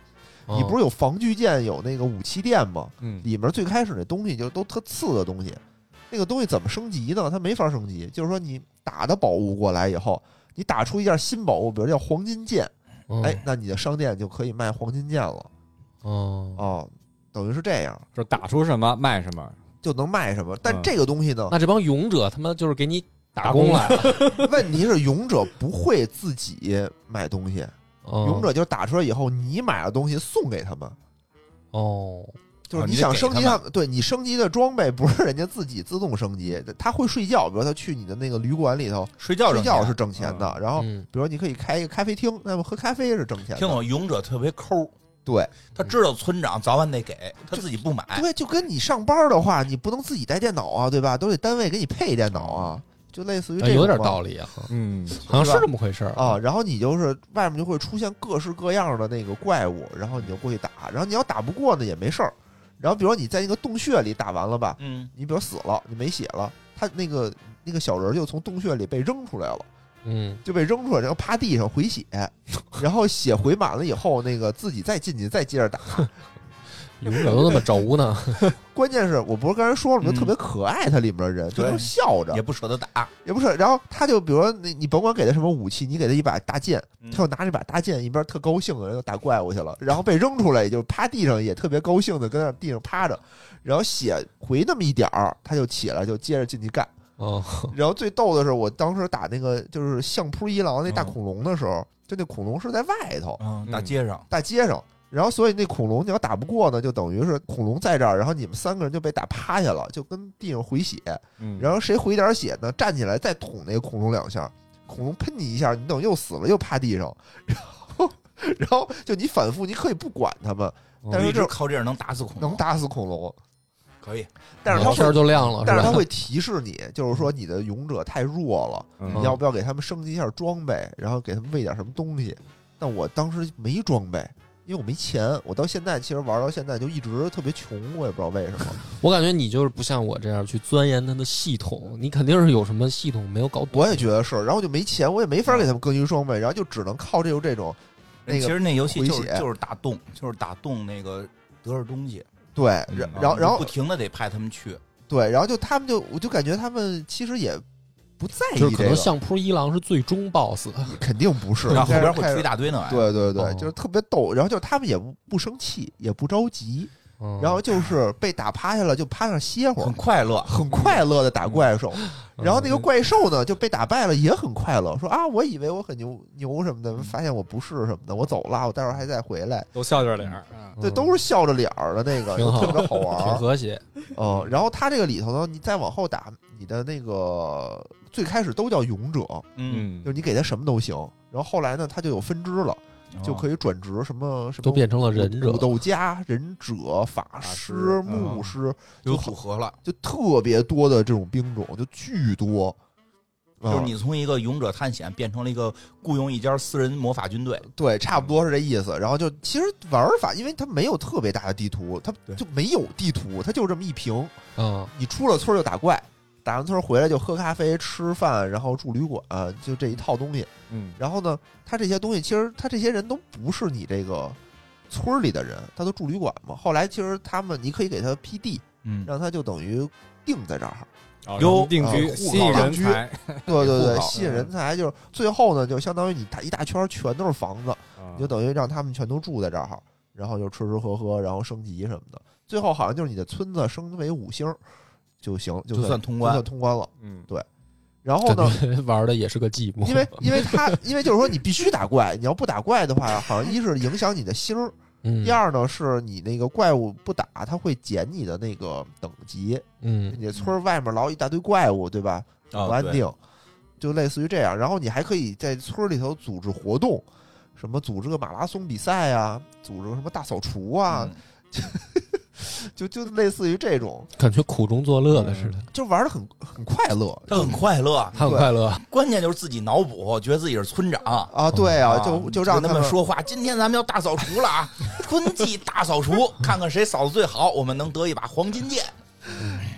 你不是有防具店有那个武器店吗？ 嗯， 里面最开始那东西就都特次的东西，那个东西怎么升级呢？它没法升级，就是说你打的宝物过来以后，你打出一件新宝物，比如叫黄金剑，哎，那你的商店就可以卖黄金剑了。哦，等于是这样， 就打出什么卖什么， 就能卖什么。但这个东西呢， 那这帮勇者他妈就是给你打工来了。 问题是勇者不会自己买东西，勇者就打出来以后，你买的东西送给他们。 哦， 就是你想升级他们，对你升级的装备不是人家自己自动升级，他会睡觉，比如他去你的那个旅馆里头睡觉是挣钱的。然后比如你可以开一个咖啡厅，那么喝咖啡是挣钱的。 听懂？勇者特别抠。 对， 他知道村长早晚得给他自己不买。 对，就跟你上班的话，你不能自己带电脑啊，对吧？都得单位给你配电脑啊，就类似于这种。 有点道理啊，好像是这么回事啊。然后你就是外面就会出现各式各样的那个怪物，然后你就过去打，然后你要打不过呢也没事儿。然后比如说你在那个洞穴里打完了吧，你比如死了，你没血了，他那个小人就从洞穴里被扔出来了。就被扔出来，然后趴地上回血，然后血回满了以后，那个自己再进去，再接着打。 勇者都那么轴呢？ 关键是我不是刚才说了，就特别可爱，它里面的人就是笑着， 也不舍得打， 也不是。然后他就比如说你甭管给他什么武器，你给他一把大剑，他就拿着把大剑一边特高兴的，然后打怪物去了，然后被扔出来，也就趴地上，也特别高兴的跟那地上趴着，然后血回那么一点儿，他就起来就接着进去干。然后最逗的是，我当时打那个就是相扑一郎那大恐龙的时候，就那恐龙是在外头， 大街上，然后所以那恐龙你要打不过呢，就等于是恐龙在这儿，然后你们3个人就被打趴下了，就跟地上回血，然后谁回点血呢，站起来再捅那个恐龙2下，恐龙喷你一下，你等于又死了，又趴地上，然后就你反复，你可以不管他们，但是就靠这样能打死恐龙。 可以，但是他天就亮了， 但是他会提示你，就是说你的勇者太弱了，你要不要给他们升级一下装备，然后给他们喂点什么东西。但我当时没装备，因为我没钱，我到现在其实玩到现在就一直特别穷，我也不知道为什么。 我感觉你就是不像我这样去钻研它的系统，你肯定是有什么系统没有搞懂。 我也觉得是，然后就没钱，我也没法给他们更新装备，然后就只能靠这种那个。 其实那游戏就是打洞那个得着东西。 对，然后不停的得派他们去。 对，然后我就感觉他们其实也不在意， 就是可能相扑一郎是最终 BOSS， 肯定不是， 然后后边会出一大堆呢。 对，就是特别逗。然后就是他们也不生气，也不着急，然后就是被打趴下了，就趴那歇会儿， 很快乐的打怪兽。然后那个怪兽呢就被打败了，也很快乐，说啊，我以为我很牛什么的，发现我不是什么的，我走了，我待会儿还再回来， 都笑着脸， 对，都是笑着脸的那个，特别好玩， 挺和谐。 然后他这个里头呢，你再往后打，你的那个最开始都叫勇者，就是你给他什么都行，然后后来呢，他就有分支了。就可以转职什么都变成了忍者、 武斗家、忍者、法师、牧师， 有组合了， 就特别多的这种兵种，就巨多。 就是你从一个勇者探险变成了一个雇佣一家私人魔法军队， 对，差不多是这意思。然后就其实玩法，因为它没有特别大的地图，它就没有地图，它就这么一屏。你出了村就打怪。打完村回来就喝咖啡、吃饭，然后住旅馆，就这一套东西。然后呢，他这些东西其实他这些人都不是你这个村里的人，他都住旅馆嘛。后来其实你可以给他批地，让他就等于定在这儿， 有定居，吸引人才。 对，吸引人才，就是最后呢，就相当于你打一大圈全都是房子，你就等于让他们全都住在这儿，然后就吃吃喝喝，然后升级什么的。最后好像就是你的村子升为5星。就行，就算通关了。对。然后呢， 玩的也是个寂寞， 因为就是说你必须打怪，你要不打怪的话，好像一是影响你的星儿，第二呢是你那个怪物不打，它会减你的那个等级。你村外面老一大堆怪物，对吧？不安定，就类似于这样。然后你还可以在村里头组织活动，什么组织个马拉松比赛啊，组织个什么大扫除啊。就类似于这种感觉苦中作乐的似的， 就玩的很快乐， 他很快乐， 他很快乐。 关键就是自己脑补，觉得自己是村长啊，对啊，就让他们说话。今天咱们要大扫除了啊，春季大扫除，看看谁扫的最好，我们能得一把黄金剑。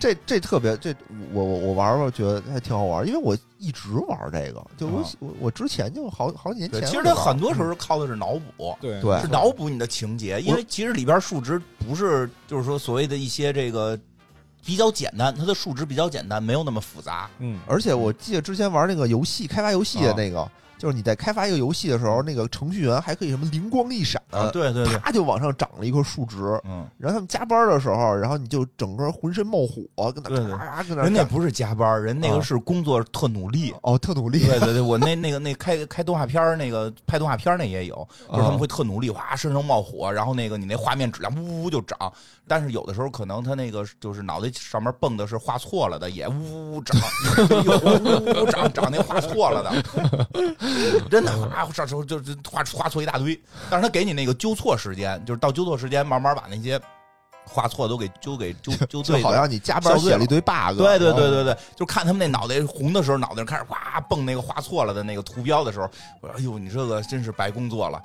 这特别，这我玩玩觉得还挺好玩，因为我一直玩这个，就我之前就好几年前， 其实它很多时候靠的是脑补， 对， 是脑补你的情节，因为其实里边数值不是就是说所谓的一些这个比较简单，它的数值比较简单，没有那么复杂。 而且我记得之前玩那个游戏开发游戏的那个。就是你在开发一个游戏的时候，那个程序员还可以什么灵光一闪， 对， 啪就往上涨了一颗数值。然后他们加班的时候，然后你就整个浑身冒火，跟那咔跟那。 人那不是加班，人那个是工作特努力。 特努力。 对，我那开动画片那个拍动画片那也有，就是他们会特努力，哇，身上冒火，然后那个你那画面质量呜就涨。但是有的时候可能他那个就是脑袋上面蹦的是画错了的，也呜涨，呜涨那画错了的。真的上时候就是画错一大堆，但是他给你那个纠错时间，就是到纠错时间慢慢把那些画错都给纠对， 就好像你加班写了一堆 bug。 对，就看他们那脑袋红的时候，脑袋上开始哗蹦那个画错了的那个图标的时候，我说哎呦，你这个真是白工作了。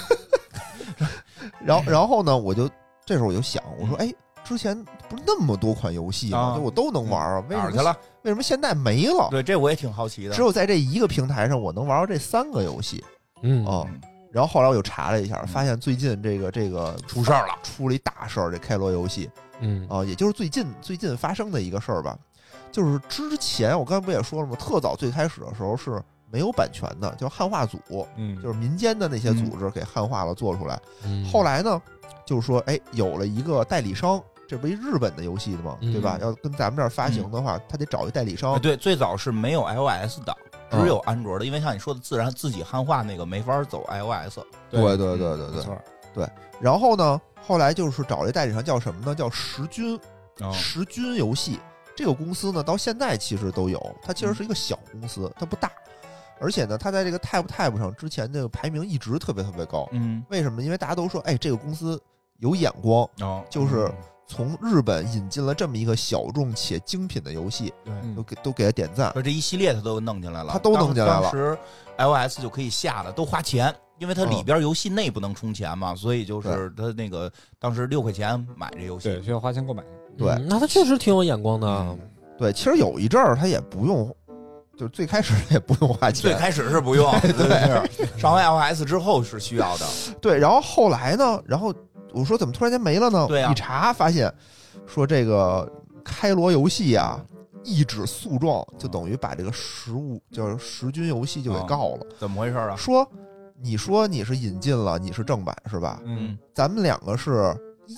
然后呢，这时候我就想，我说哎。之前不是那么多款游戏吗？我都能玩啊，为什么现在没了？ 对，这我也挺好奇的。 只有在这一个平台上，我能玩到这3个游戏。然后后来我又查了一下，发现最近这个出事儿了， 出了一大事儿。这开罗游戏，也就是最近发生的一个事儿吧。就是之前我刚才不也说了吗？特早最开始的时候是没有版权的，叫汉化组，就是民间的那些组织给汉化了做出来。后来呢，就是说，哎，有了一个代理商。这不一日本的游戏的吗？对吧？要跟咱们这儿发行的话，他得找一代理商。 对，最早是没有 iOS 的，只有安卓的，因为像你说的，自己汉化那个没法走 iOS。 对。然后呢，后来就是找了一代理商，叫什么呢？叫时君。时君游戏这个公司呢，到现在其实都有。它其实是一个小公司，它不大。而且呢，它在这个 Tab 上之前这个排名一直特别特别高。为什么？因为大家都说，哎，这个公司有眼光，就是从日本引进了这么一个小众且精品的游戏，都给他点赞。 这一系列他都弄进来了， 他都弄进来了。 当时 iOS 就可以下了，都花钱，因为它里边游戏内不能充钱嘛，所以就是他那个当时6块钱买这游戏， 对，需要花钱购买。 对， 那他确实挺有眼光的。 对，其实有一阵儿他也不用。就是最开始也不用花钱， 最开始是不用，对，上完 iOS 之后是需要的。 对，然后后来呢？然后我说怎么突然间没了呢？ 对啊， 一查发现说这个开罗游戏啊，一纸诉状，就等于把这个就是时君游戏就给告了。 怎么回事啊？ 你说你是引进了，你是正版是吧？咱们两个是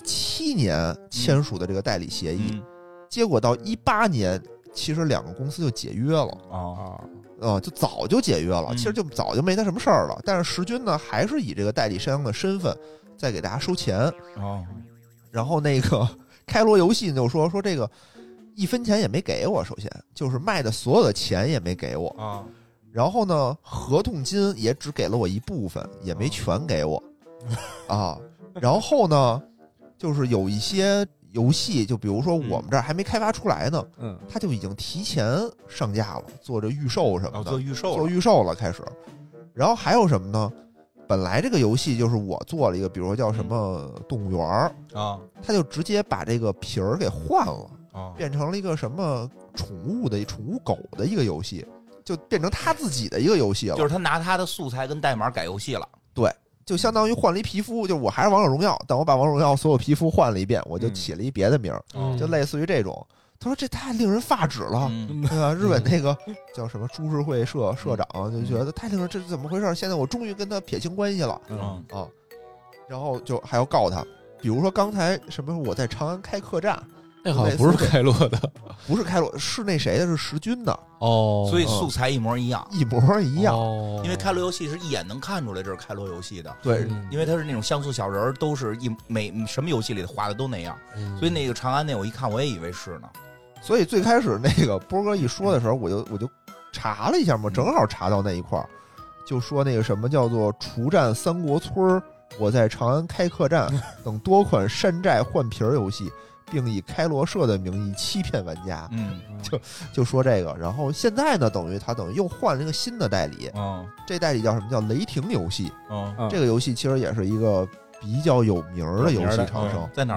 17年签署的这个代理协议，结果到18年。其实2个公司就解约了就早就解约了，其实就早就没他什么事儿了。但是时君呢，还是以这个代理商的身份在给大家收钱然后那个开罗游戏就说这个1分钱也没给我，首先就是卖的所有的钱也没给我然后呢，合同金也只给了我一部分，也没全给我然后呢，就是有一些。游戏就比如说我们这儿还没开发出来呢，它就已经提前上架了，做着预售什么的，做预售了开始。然后还有什么呢？本来这个游戏就是我做了一个，比如说叫什么动物园它就直接把这个皮儿给换了变成了一个什么宠物狗的一个游戏，就变成他自己的一个游戏了。 就是他拿他的素材跟代码改游戏了。 对。就相当于换了一皮肤，就我还是王者荣耀，但我把王者荣耀所有皮肤换了一遍，我就起了一别的名就类似于这种。他说这太令人发指了，对吧？日本那个叫什么株式会社长就觉得太令人，这怎么回事？现在我终于跟他撇清关系了，然后就还要告他，比如说刚才什么我在长安开客栈。 那好像不是开罗的， 不是开罗，是那谁的？是时君的所以素材一模一样，因为开罗游戏是一眼能看出来这是开罗游戏的， 对， 因为它是那种像素小人，都是什么游戏里画的都那样，所以那个长安那我一看我也以为是呢。 所以最开始那个波哥一说的时候，我就查了一下嘛，正好查到那一块儿，就说那个什么叫做除战三国村，我在长安开客栈等多款山寨换皮游戏。并以开罗社的名义欺骗玩家，就说这个。然后现在呢，等于又换了一个新的代理，这代理叫什么？叫雷霆游戏。这个游戏其实也是一个比较有名的游戏厂商， 在哪儿呢？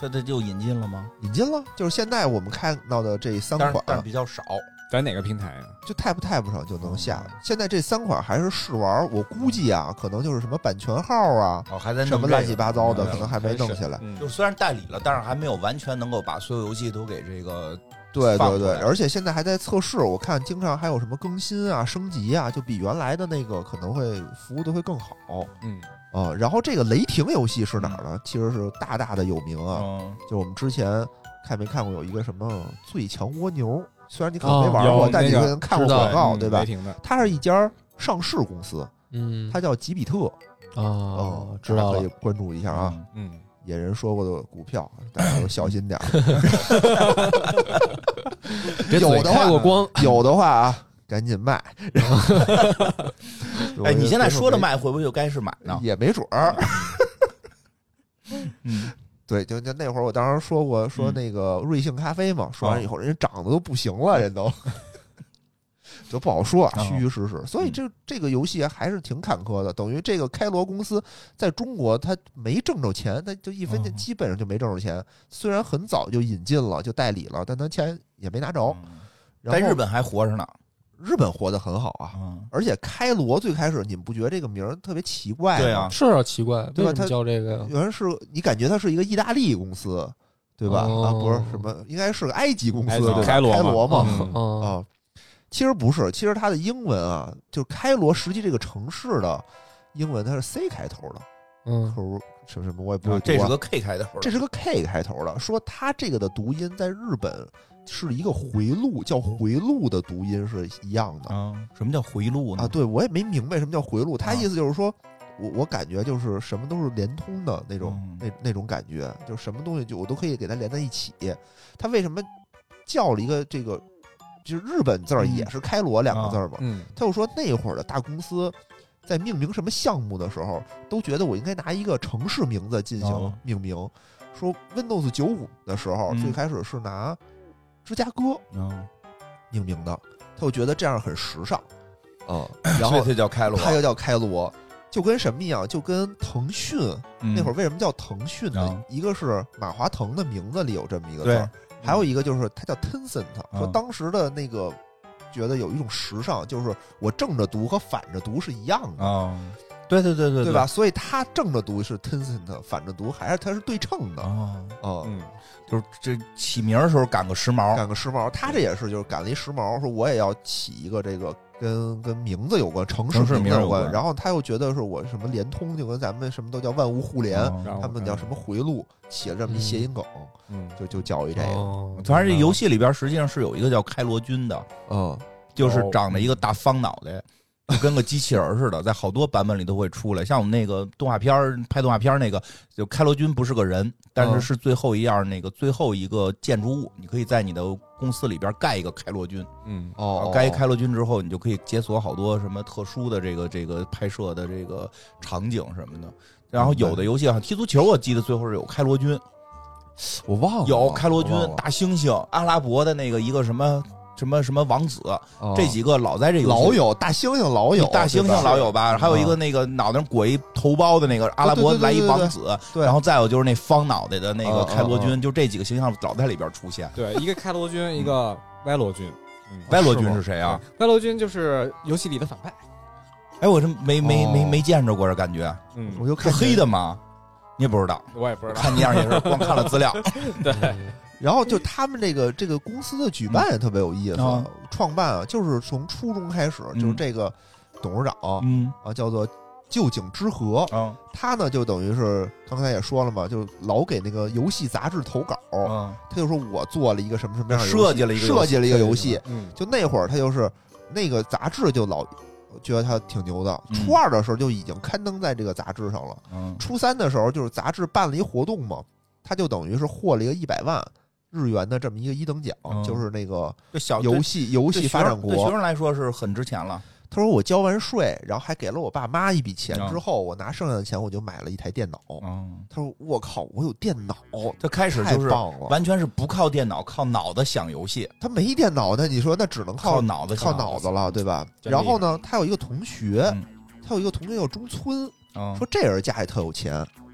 它就引进了吗？ 引进了，就是现在我们看到的这3款， 但是比较少。 在哪个平台啊？ 就 Tap 上就能下。现在这3款还是试玩，我估计啊，可能就是什么版权号啊， 还在什么乱七八糟的，可能还没弄起来。 就是虽然代理了，但是还没有完全能够把所有游戏都给这个。 对，而且现在还在测试，我看经常还有什么更新啊、升级啊，就比原来的那个可能会服务的会更好。然后这个雷霆游戏是哪儿呢？其实是大大的有名啊，就我们之前看没看过有一个什么最强蜗牛，虽然你可能没玩过，但你可能看过广告，对吧？ 雷霆的， 它是一家上市公司，它叫吉比特知道了， 可以关注一下啊。野人说过的股票，大家都小心点。有的话过光， 有的话啊，赶紧卖。 哎，你现在说的卖，会不会就该是买呢？ 也没准儿。对，就那会儿我当时说过，说那个瑞幸咖啡嘛，说完以后人家长得都不行了，人都。就不好说啊，虚虚实实。所以这个游戏还是挺坎坷的，等于这个开罗公司在中国它没挣着钱，它就1分钱基本上就没挣着钱。虽然很早就引进了，就代理了，但它钱也没拿着。 在日本还活着呢， 日本活得很好啊。而且开罗最开始你们不觉得这个名儿特别奇怪吗？ 对啊， 是啊，奇怪， 对吧？ 为什么叫这个？ 原来是你感觉它是一个意大利公司，对吧？不是什么，应该是个埃及公司，对吧？开罗嘛，其实不是，其实它的英文啊，就是开罗实际这个城市的英文它是 C 开头的，头什么我也不会读。 这是个 K 开头的， 这是个 K 开头的。说它这个的读音在日本是一个回路，叫回路的读音是一样的。 什么叫回路呢？ 对，我也没明白什么叫回路。它意思就是说，我感觉就是什么都是连通的那种，那种感觉，就是什么东西我都可以给它连在一起。它为什么叫了一个这个？就是日本字儿也是开罗2个字嘛，他就说那会儿的大公司在命名什么项目的时候，都觉得我应该拿一个城市名字进行命名。说 Windows 95的时候，最开始是拿芝加哥命名的，他就觉得这样很时尚，然后它叫开罗， 它又叫开罗，就跟什么一样，就跟腾讯那会儿为什么叫腾讯呢？一个是马化腾的名字里有这么一个字儿。还有一个就是它叫 Tencent， 说当时的那个觉得有一种时尚，就是我正着读和反着读是一样的。对吧？所以它正着读是 Tencent， 反着读还是它是对称的。 就是这起名的时候赶个时髦， 他这也是就是赶了一时髦，说我也要起一个这个跟名字有关，城市名字有关。然后他又觉得是我什么联通，就跟咱们什么都叫万物互联，他们叫什么回路，起了这么一谐音梗，就教育这个。 反正这游戏里边实际上是有一个叫开罗军的，就是长着一个大方脑袋。就跟个机器人似的，在好多版本里都会出来。像我们那个动画片拍动画片那个，就开罗军不是个人，但是是最后一样那个最后一个建筑物，你可以在你的公司里边盖一个开罗军。盖一开罗军之后，你就可以解锁好多什么特殊的这个拍摄的这个场景什么的。然后有的游戏啊，踢足球，我记得最后是有开罗军， 我忘了有开罗军、大猩猩、阿拉伯的那个一个什么王子，这几个老在这游戏老有大猩猩老有吧？还有一个那个脑袋上裹一头包的那个阿拉伯来一王子，然后再有就是那方脑袋的那个开罗军，就这几个形象老在里边出现。 对，一个开罗军，一个歪罗军。 歪罗军是谁啊？ 歪罗军就是游戏里的反派。 哎，我这没见着过这感觉。 我就看黑的嘛，你也不知道， 我也不知道， 看你样也是光看了资料。 对。 然后就他们这个公司的举办也特别有意思，创办啊，就是从初中开始，就是这个董事长，叫做旧井之和，他呢就等于是刚才也说了嘛，就老给那个游戏杂志投稿，他就说我做了一个什么什么样的设计了一个游戏，就那会儿他就是那个杂志就老觉得他挺牛的，初2的时候就已经刊登在这个杂志上了，初3的时候就是杂志办了一活动嘛，他就等于是获了一个100万日元的这么一个1等奖，就是那个游戏发展国， 对学生来说是很值钱了。 他说我交完税，然后还给了我爸妈一笔钱之后，我拿剩下的钱我就买了一台电脑。他说我靠，我有电脑， 他开始就是完全是不靠电脑，靠脑子想游戏。 他没电脑呢，你说那只能靠脑子了，对吧？然后呢，他有一个同学，叫中村，说这人家里特有钱。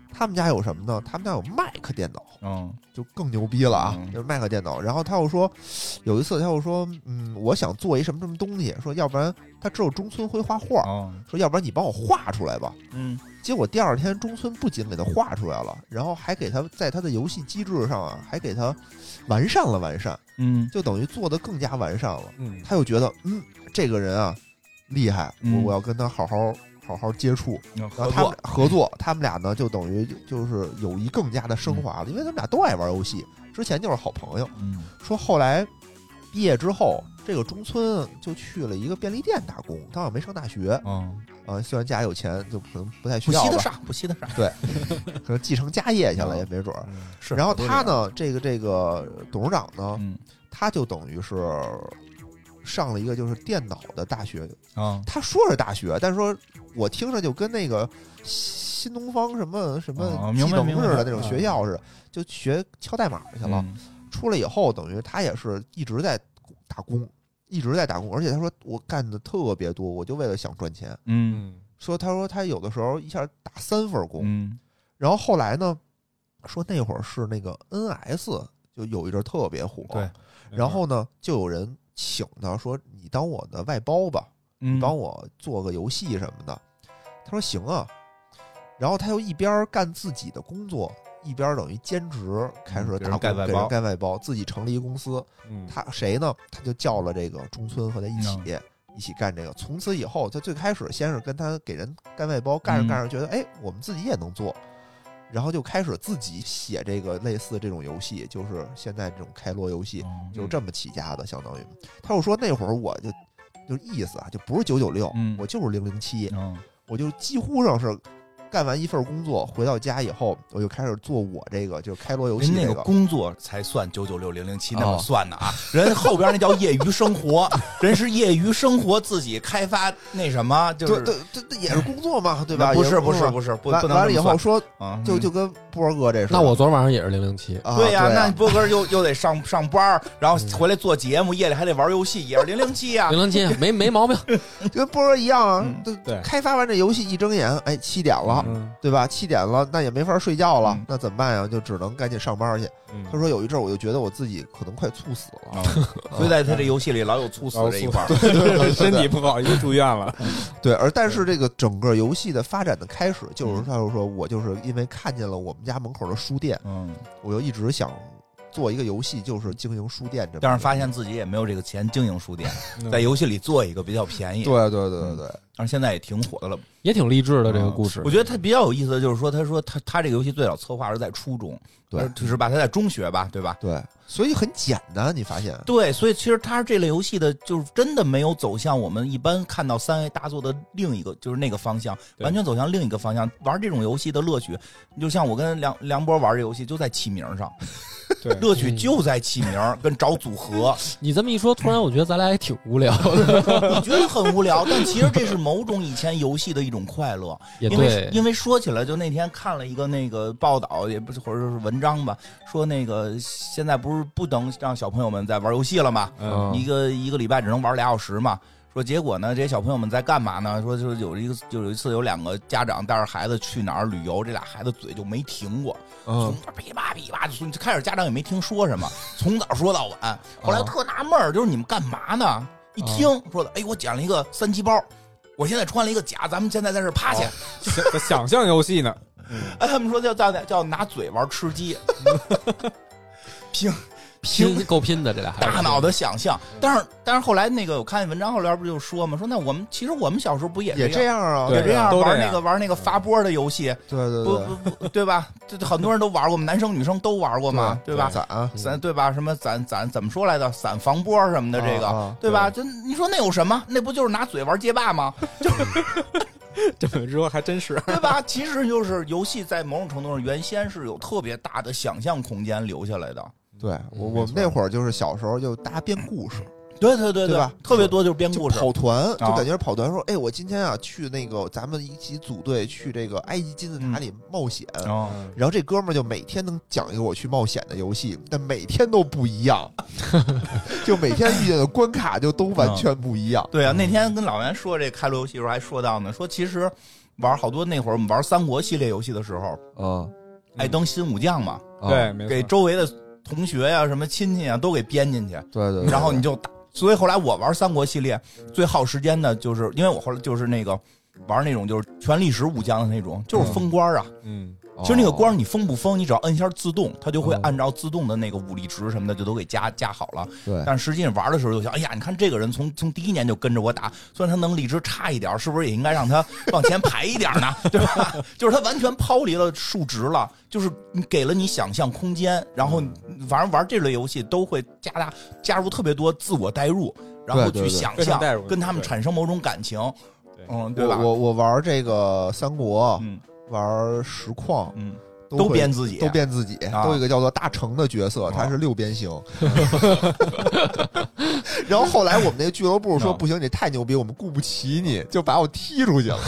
他们家有什么呢？他们家有 Mac 电脑，就更牛逼了啊，就是 Mac 电脑。然后他又说，有一次他又说，我想做一什么东西，说要不然他知道中村会画画，说要不然你帮我画出来吧。结果第二天中村不仅给他画出来了，然后还给他在他的游戏机制上啊，还给他完善，就等于做得更加完善了。他又觉得，这个人啊厉害，我要跟他好好接触，然后他们合作，他们俩呢就等于就是友谊更加的升华了，因为他们俩都爱玩游戏，之前就是好朋友。说后来毕业之后，这个中村就去了一个便利店打工，他好像没上大学。虽然家里有钱，就可能不太需要吧， 不惜得上， 对，可能继承家业去了也没准儿。 是， 然后他呢，这个董事长呢，他就等于是上了一个就是电脑的大学。他说是大学，但是说我听着就跟那个新东方什么技能似的那种学校似的，就学敲代码去了。出来以后，等于他也是一直在打工，而且他说我干的特别多，我就为了想赚钱。他说他有的时候一下打3份工。然后后来呢，说那会儿是那个 NS 就有一阵特别火， 对。 然后呢，就有人请他说你当我的外包吧，你帮我做个游戏什么的。他说行啊。然后他又一边干自己的工作，一边等于兼职开始打工，给人干外包，自己成立一公司。他谁呢？他就叫了这个中村和他一起干这个。从此以后，他最开始先是跟他给人干外包，干着觉得我们自己也能做，然后就开始自己写这个类似这种游戏，就是现在这种开罗游戏，就是这么起家的，相当于。他又说那会儿我就意思啊，就不是996，我就是007，我就几乎上是。干完一份工作回到家以后，我就开始做我这个就是开罗游戏那个工作才算996-007那么算的啊，人后边那叫业余生活，人是业余生活自己开发那什么，就是对，也是工作嘛，对吧？ 不是，不能完了以后说就跟波哥这是。 那我昨天晚上也是007， 对呀，那波哥又得上班，然后回来做节目，夜里还得玩游戏，也是007啊 ，007没毛病， 跟波哥一样啊。对，开发完这游戏一睁眼，7点了。对吧？7点了，那也没法睡觉了，那怎么办呀？就只能赶紧上班去。他说有一阵我就觉得我自己可能快猝死了， 所以在他这游戏里老有猝死这一块， 身体不好，就住院了。 对，但是这个整个游戏的发展的开始，就是他就说我就是因为看见了我们家门口的书店，我就一直想做一个游戏，就是经营书店这， 但是发现自己也没有这个钱经营书店，在游戏里做一个比较便宜。 对， 但是现在也挺火的了， 也挺励志的这个故事。 我觉得他比较有意思的就是说，他这个游戏最早策划是在初中， 对， 就是吧，他在中学吧，对吧？ 对，所以很简单，你发现？ 对，所以其实他这类游戏的，就是真的没有走向我们一般看到3A 大作的另一个，就是那个方向，完全走向另一个方向。玩这种游戏的乐趣，就像我跟梁波玩这游戏，就在起名上。 对， 乐趣就在起名跟找组合。 你这么一说，突然我觉得咱俩也挺无聊的。 你觉得很无聊，但其实这是某种以前游戏的一种快乐。 也对， 因为说起来，就那天看了一个那个报道，也不是或者说是文章吧，说那个现在不是不能让小朋友们在玩游戏了吗？一个礼拜只能玩2小时嘛。说结果呢，这些小朋友们在干嘛呢？说就是有一次有2个家长带着孩子去哪儿旅游，这俩孩子嘴就没停过，从这噼啪噼啪，就开始家长也没听说什么，从早说到晚。后来特纳闷就是你们干嘛呢？一听说的，我捡了一个3级包，我现在穿了一个甲，咱们现在在这趴下， 想象游戏呢。 他们说叫拿嘴玩吃鸡， 拼够拼的这俩孩子， 大脑的想象。但是后来那个我看文章后边不就说嘛，说那我们其实我们小时候不也这样啊， 也这样玩那个发波的游戏， 对， 不对吧？这很多人都玩过，我们男生女生都玩过嘛，对吧？ 攒对吧？什么攒怎么说来的？攒防波什么的，这个对吧？这你说那有什么？那不就是拿嘴玩街霸吗？ 这么说还真是， 对吧？其实就是游戏在某种程度上原先是有特别大的想象空间留下来的。 对，我们那会儿就是小时候就大家编故事， 对吧？ 特别多就是编故事， 跑团，就感觉跑团说，我今天啊去那个咱们一起组队去这个埃及金字塔里冒险，然后这哥们儿就每天能讲一个我去冒险的游戏，但每天都不一样，就每天遇见的关卡就都完全不一样。 对啊，那天跟老袁说这开罗游戏的时候还说到呢，说其实玩好多那会儿我们玩三国系列游戏的时候，爱登新武将嘛， 对，没错， 给周围的同学呀、什么亲戚啊都给编进去， 对， 然后你就打。所以后来我玩三国系列最耗时间的就是因为我后来就是那个玩那种就是全历史武将的那种，就是封官啊。其实那个官你封不封，你只要摁一下自动，它就会按照自动的那个武力值什么的就都给加好了。 对， 但实际上玩的时候就想，哎呀，你看这个人从第一年就跟着我打，虽然他能力值差一点，是不是也应该让他往前排一点呢？对吧？就是他完全抛离了数值了，就是你给了你想象空间，然后反正玩这类游戏都会加入特别多自我代入，然后去想象跟他们产生某种感情。对吧？ 我玩这个三国，玩实况， 都编自己， 都有一个叫做大成的角色，他是6边形。然后后来我们那个俱乐部说不行，你太牛逼，我们顾不起你，就把我踢出去了。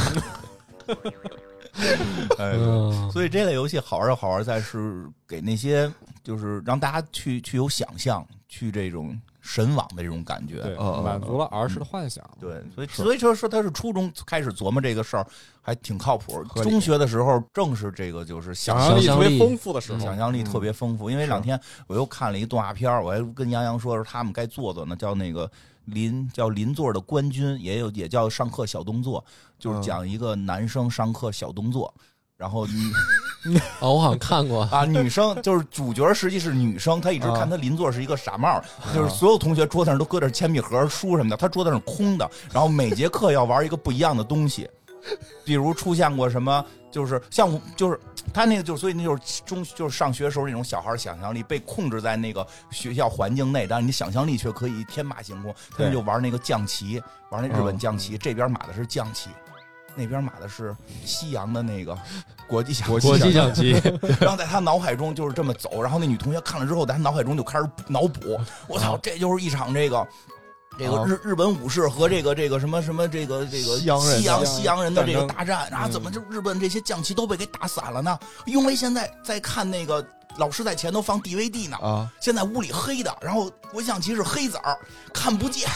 所以这类游戏好玩在是给那些就是让大家去有想象，去这种神往的这种感觉， 对，满足了儿时的幻想。 对，所以说他是初中开始琢磨这个事儿，还挺靠谱。中学的时候正是这个就是想象力特别丰富的时候， 想象力特别丰富。因为两天我又看了一个动画片，我还跟杨洋说他们该做呢，叫那个邻座的官军，也叫上课小动作，就是讲一个男生上课小动作。然后我好像看过啊，女生就是主角，实际是女生，她一直看她邻座是一个傻帽，就是所有同学桌子上都搁点铅笔盒、书什么的，她桌子上空的。然后每节课要玩一个不一样的东西，比如出现过什么，就是像就是他那个所以那就是上学时候那种小孩想象力被控制在那个学校环境内，但是你想象力却可以天马行空。他们就玩那个象棋，玩那日本象棋，这边码的是象棋。那边码的是西洋的那个国际象棋， 然后在他脑海中就是这么走，然后那女同学看了之后，在他脑海中就开始脑补，我操，这就是一场这个日本武士和这个什么这个西洋人的这个大战啊，怎么就日本这些将棋都被给打散了呢？因为现在在看那个老师在前头放 DVD 呢，现在屋里黑的，然后国际象棋是黑子儿，看不见。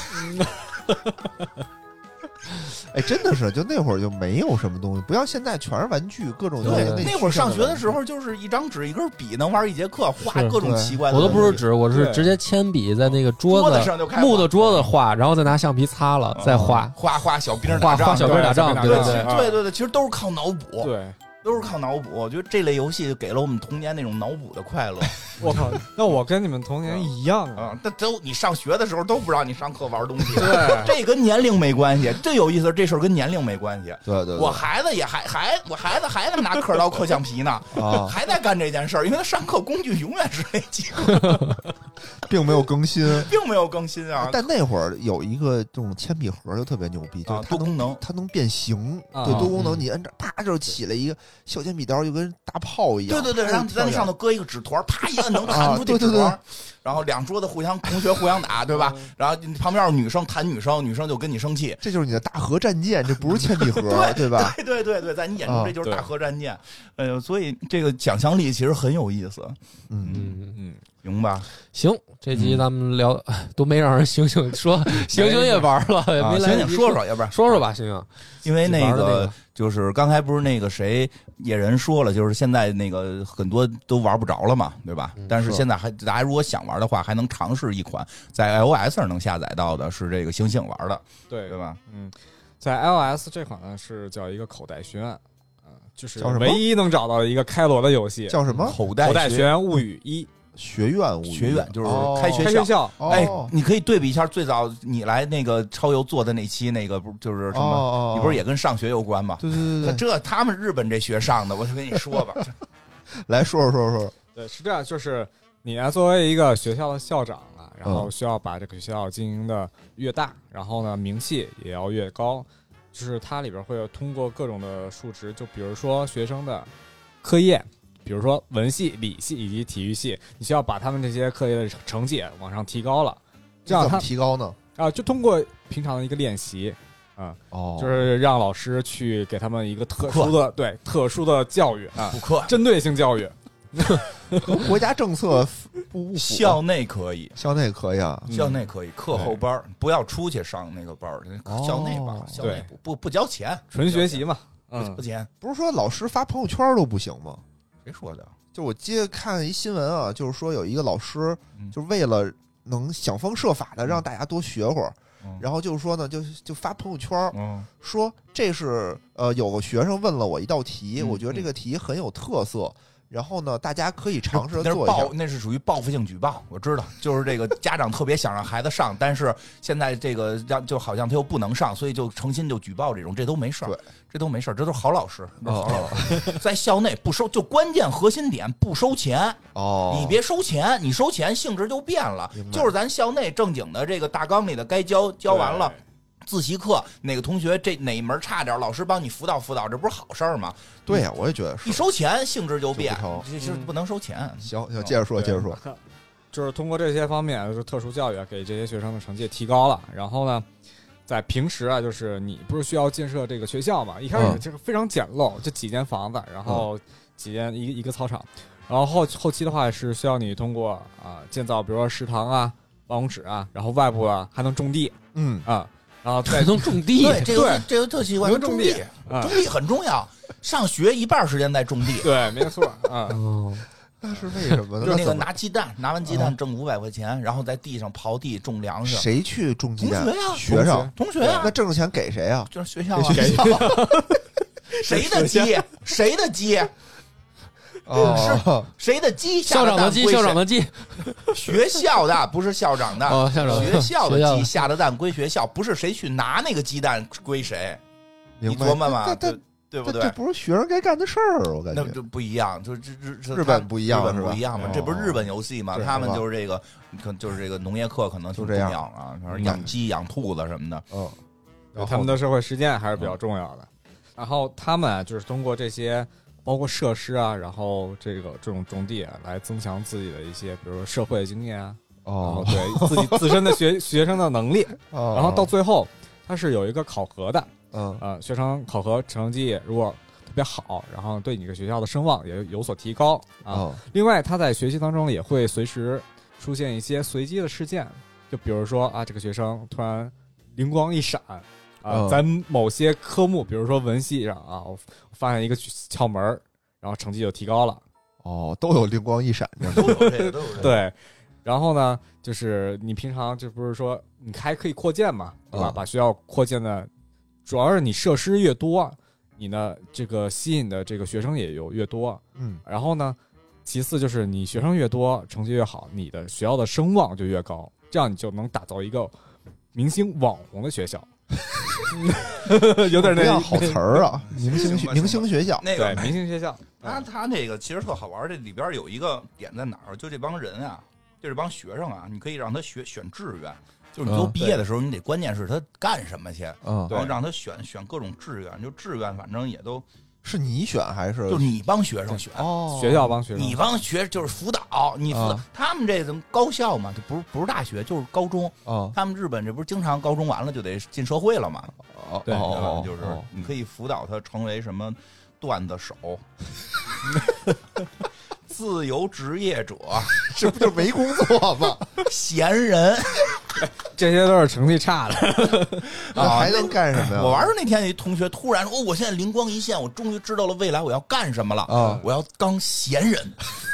哎，真的是，就那会儿就没有什么东西，不像现在全是玩具，各种东西。 那会儿上学的时候，就是一张纸一根笔，能玩一节课，画各种奇怪的。 我都不是纸，我是直接铅笔在那个桌子上就开木的桌子画，然后再拿橡皮擦了，再画小兵打仗， 画小兵打仗。 对，其实都是靠脑补。 对。 都是靠脑补，我觉得这类游戏给了我们童年那种脑补的快乐。 我靠，那我跟你们童年一样啊！ 但你上学的时候都不让你上课玩东西，对，这跟年龄没关系。这有意思，这事儿跟年龄没关系。 对， 我孩子也我孩子还在拿刻刀刻橡皮呢，还在干这件事儿，因为他上课工具永远是那几个， 并没有更新， 啊。 但那会儿有一个这种铅笔盒就特别牛逼，就是多功能， 它能变形，对，多功能，你摁着啪就起来一个小铅笔刀，就跟大炮一样。 对，然后在那上头搁一个纸团，啪一摁能弹出去纸团。然后两桌子同学互相打，对吧？然后旁边有女生弹女生就跟你生气， 这就是你的大核战舰，这不是铅笔盒，对吧？ 对，在你眼中这就是大核战舰。所以这个想象力其实很有意思。行吧， 行，这集咱们聊都没让人醒醒说，醒醒也玩了，也没来醒说说，要不然说吧，醒醒。 因为那个就是刚才不是那个谁野人说了，就是现在那个很多都玩不着了嘛，对吧？但是现在大家如果想玩的话，还能尝试一款在 iOS 上能下载到的，是这个醒醒玩的，对吧？ 在 iOS 这款呢是叫一个口袋学院，就是唯一能找到一个开罗的游戏， 叫什么？ 口袋学院物语1。 学院就是开学校。 哎，你可以对比一下最早你来那个超游做的那期，那个不就是什么？你不是也跟上学有关吗？ 对， 这他们日本这学上的，我就跟你说吧， 来说。 对，是这样，就是你作为一个学校的校长啊，然后需要把这个学校经营的越大，然后呢名气也要越高，就是它里边会有通过各种的数值，就比如说学生的课业。比如说文系、理系以及体育系，你需要把他们这些课业的成绩往上提高了。这样怎么提高呢？ 就通过平常的一个练习就是让老师去给他们一个特殊的教育补课， 针对性教育。 和国家政策不符。 校内可以啊， 校内可以，课后班不要出去上那个班，校内吧，校内不交钱， 纯学习嘛。 不钱。 不是说老师发朋友圈都不行吗？ 谁说的？ 就我看一新闻啊，就是说有一个老师，就是为了能想方设法的让大家多学会儿，然后就是说呢，就发朋友圈，说这是有个学生问了我一道题，我觉得这个题很有特色。然后呢，大家可以尝试做一下。 那是属于报复性举报，我知道，就是这个家长特别想让孩子上，但是现在这个就好像他又不能上，所以就诚心就举报这种，这都没事儿，这都没事儿，这都是好老师，在校内不收，就关键核心点不收钱哦， 你别收钱，你收钱性质就变了，就是咱校内正经的这个大纲里的该教完了。自习课哪个同学这哪一门差点，老师帮你辅导辅导，这不是好事儿吗？ 对呀，我也觉得是。 一收钱性质就变，这不能收钱。 行，接着说， 就是通过这些方面，就是特殊教育给这些学生的成绩提高了。然后呢，在平时啊，就是你不是需要建设这个学校嘛？一开始这个非常简陋，就几间房子，然后几间一个操场。然后后期的话是需要你通过建造，比如说食堂啊、办公室啊，然后外部啊还能种地，然后再能种地， 对，这个特奇怪，种地，种地很重要。上学一半时间在种地， 对，没错那是为什么呢？ 就是那个拿鸡蛋，拿完鸡蛋挣500块钱，然后在地上刨地种粮食。 谁去种鸡蛋？ 同学呀， 学生， 同学呀。 那挣钱给谁啊？ 就是学校啊。谁的鸡？谁的鸡？是谁的鸡？ 校长的鸡，校长的鸡， 学校的不是校长的，学校的鸡下的蛋归学校，不是谁去拿那个鸡蛋归谁，你琢磨嘛，对不对？ 这不是学生该干的事儿，我感觉那就不一样，就日本不一样， 日本不一样嘛，这不是日本游戏嘛？他们就是这个，就是这个农业课可能挺重要啊，养鸡、养兔子什么的， 他们的社会实践还是比较重要的。然后他们就是通过这些。包括设施啊，然后这种种地来增强自己的一些，比如说社会经验啊，对自己自身的学生的能力，然后到最后它是有一个考核的，学生考核成绩如果特别好，然后对你这个学校的声望也有所提高啊。另外，他在学习当中也会随时出现一些随机的事件，就比如说这个学生突然灵光一闪。在某些科目，比如说文系上我发现一个窍门，然后成绩就提高了。 都有灵光一闪， 都有这个，都有这个。 对，然后呢，就是你平常就不是说你还可以扩建嘛，对吧？把学校扩建的，主要是你设施越多，你呢这个吸引的这个学生也有越多。然后呢，其次就是你学生越多，成绩越好，你的学校的声望就越高，这样你就能打造一个明星网红的学校。有点那样好词儿啊！明星学校， 那个对明星学校， 他那个其实特好玩。这里边有一个点在哪儿？就这帮人啊，就这帮学生啊，你可以让他选志愿，就是你都毕业的时候，你得关键是他干什么去，然后让他选各种志愿，就志愿反正也都。 是你选还是？ 就是你帮学生选学校帮学生， 你帮就是辅导，你辅导他们这怎么高校嘛？就不是大学，就是高中。他们日本这不是经常高中完了就得进社会了嘛？对，就是你可以辅导他成为什么段子手、自由职业者， 这不就没工作吗？ 闲人。 这些都是成绩差的还能干什么呀？ 我玩的那天，有一同学突然说：“我现在灵光一现，我终于知道了未来我要干什么了我要当闲人。”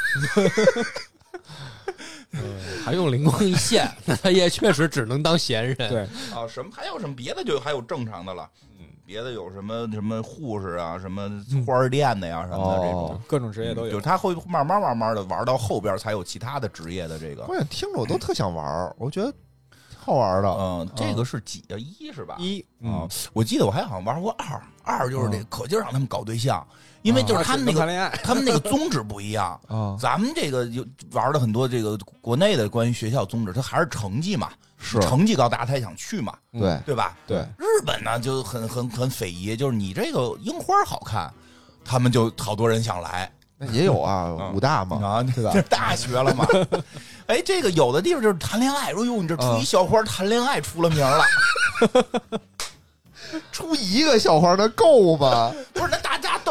还用灵光一现，那他也确实只能当闲人。 对什么还有什么别的？就还有正常的了。别的有什么护士啊，什么花店的呀，什么的这种各种职业都有。 就是他会慢慢的玩到后边，才有其他的职业的这个。 我想听着我都特想玩，我觉得好玩的。 这个是几啊？1是吧 ？1 我记得我还好像玩过2就是这可劲让他们搞对象。因为就是他们那个他们那个宗旨不一样咱们这个玩的很多这个国内的关于学校宗旨，它还是成绩嘛，是成绩高大家才想去嘛，对吧？ 对， 日本呢就很匪夷，就是你这个樱花好看，他们就好多人想来。 那也有武大嘛，对吧？ 这是大学了嘛？哎，这个有的地方就是谈恋爱，你这出一校花谈恋爱出了名了。 出一个校花那够吗？ 不是，那大家都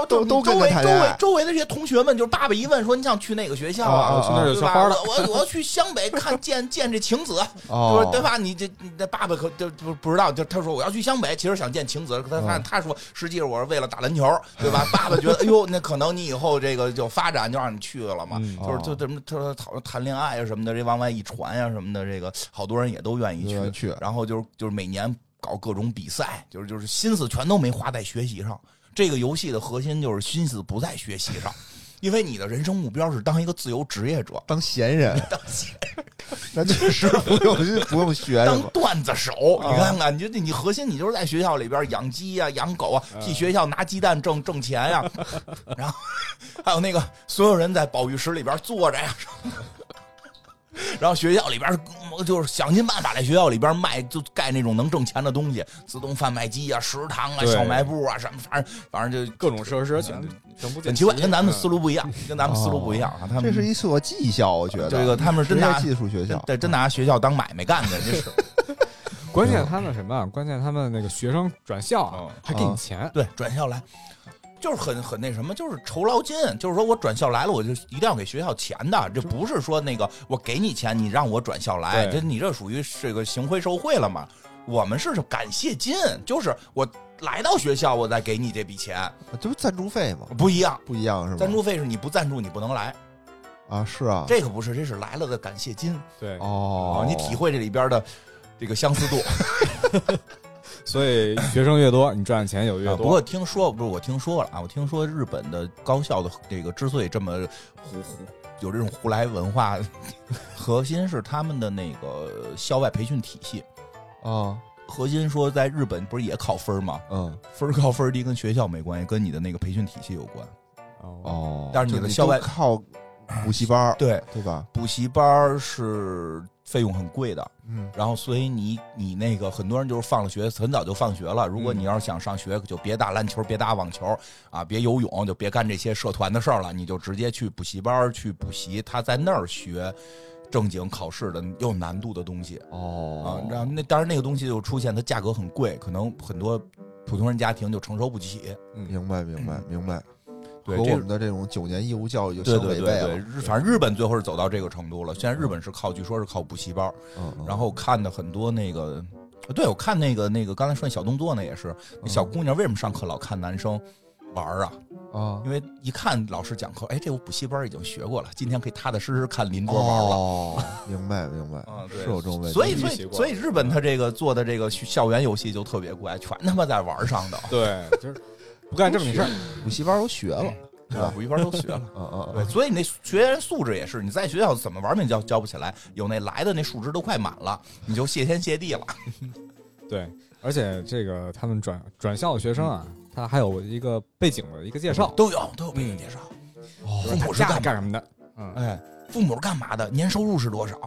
都跟他谈恋爱。 周围的这些同学们，就是爸爸一问说你想去哪个学校啊？ 我去那儿有校花了， 我要去湘北看见这晴子，对吧？你爸爸可就不知道，就他说我要去湘北，其实想见晴子，他说实际我是为了打篮球，对吧？爸爸觉得哎呦，那可能你以后这个就发展就让你去了嘛，就怎么他说谈恋爱啊什么的，这往外一传呀什么的，这个好多人也都愿意去，然后就是每年搞各种比赛，就是心思全都没花在学习上。这个游戏的核心就是心思不在学习上，因为你的人生目标是当一个自由职业者， 当闲人，那确实不用学， 当段子手。你看看，你核心你就是在学校里边养鸡呀、养狗啊，替学校拿鸡蛋挣钱呀，然后还有那个所有人在保育室里边坐着呀。然后学校里边就是想尽办法在学校里边卖，就盖那种能挣钱的东西，自动贩卖机啊、食堂啊、小卖部啊什么，反正就各种设施全部很奇怪，跟咱们思路不一样，啊。他们这是一所技校，我觉得这个他们是真拿技术学校， 对，真拿学校当买卖干的，这是。 关键他们什么？关键他们那个学生转校啊，还给你钱， 对，转校来。就是很那什么，就是酬劳金，就是说我转校来了，我就一定要给学校钱的，这不是说那个我给你钱，你让我转校来，这你这属于这个行贿受贿了嘛？我们是感谢金，就是我来到学校，我再给你这笔钱， 就是赞助费嘛？ 不一样是吧？ 赞助费是你不赞助你不能来啊，是啊， 这个不是，这是来了的感谢金。 对你体会这里边的这个相似度。 所以学生越多，你赚的钱有越多。 不过我听说了啊，我听说日本的高校的这个之所以这么有这种胡来文化，核心是他们的那个校外培训体系啊。 核心说在日本不是也考分吗？分高分低跟学校没关系，跟你的那个培训体系有关。但是你的校外靠补习班， 对吧？ 补习班是费用很贵的，然后所以你那个很多人就是放了学很早就放学了。如果你要是想上学，就别打篮球，别打网球啊，别游泳，就别干这些社团的事儿了，你就直接去补习班去补习，他在那儿学正经考试的有难度的东西然后当然那个东西就出现它价格很贵，可能很多普通人家庭就承受不起。 明白。 对， 和我们的这种9年义务教育就相违背了。 对，反正日本最后是走到这个程度了。现在日本是据说是靠补习班，然后看的很多那个，对我看那个刚才说那小动作呢，也是小姑娘为什么上课老看男生玩啊？因为一看老师讲课，哎，这我补习班已经学过了，今天可以踏踏实实看邻桌玩了。 明白对， 是有这种问题。 所以日本他这个做的这个校园游戏就特别怪，全他妈在玩上的。 对，就是不干正经事儿， 补习班都学了， 对吧？补习班都学了。对，所以你那学员素质也是，你在学校怎么玩命教不起来，有那来的那数值都快满了，你就谢天谢地了。 对，而且这个他们转校的学生啊，他还有一个背景的一个介绍， 都有背景介绍。父母是干什么的？ 父母是干嘛的？年收入是多少？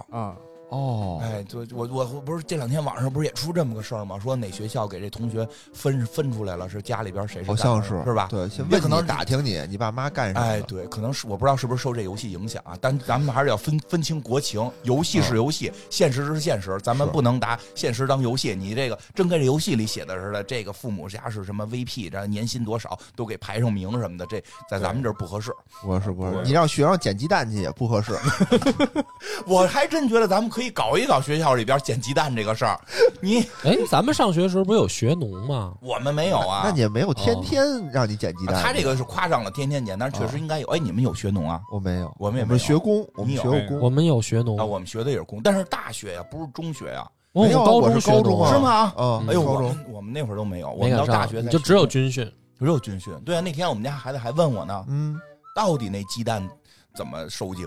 我不是这2天网上不是也出这么个事儿吗？说哪学校给这同学分出来了，是家里边谁是， 好像是吧？ 对，先问你打听你爸妈干啥？ 对，可能是我不知道是不是受这游戏影响啊。但咱们还是要分清国情，游戏是游戏，现实是现实，咱们不能拿现实当游戏。你这个真跟这游戏里写的似的，这个父母家是什么 VP， 这年薪多少都给排上名什么的，这在咱们这儿不合适。 不是，你让学生捡鸡蛋去也不合适。 我还真觉得咱们可以搞一搞学校里边捡鸡蛋这个事儿。 咱们上学的时候不是有学农吗？ 我们没有啊。 那你也没有天天让你捡鸡蛋。 他这个是夸张了，天天捡，但是确实应该有。你们有学农啊？ 我没有， 我们也没有。 学工，我们学过工， 我们有学农啊，我们学的也是工，但是大学呀，不是中学呀。 没有， 我是高中是吗？ 哎呦， 我们那会儿都没有，我们到大学就只有军训， 只有军训。对啊，那天我们家孩子还问我呢，到底那鸡蛋怎么受精？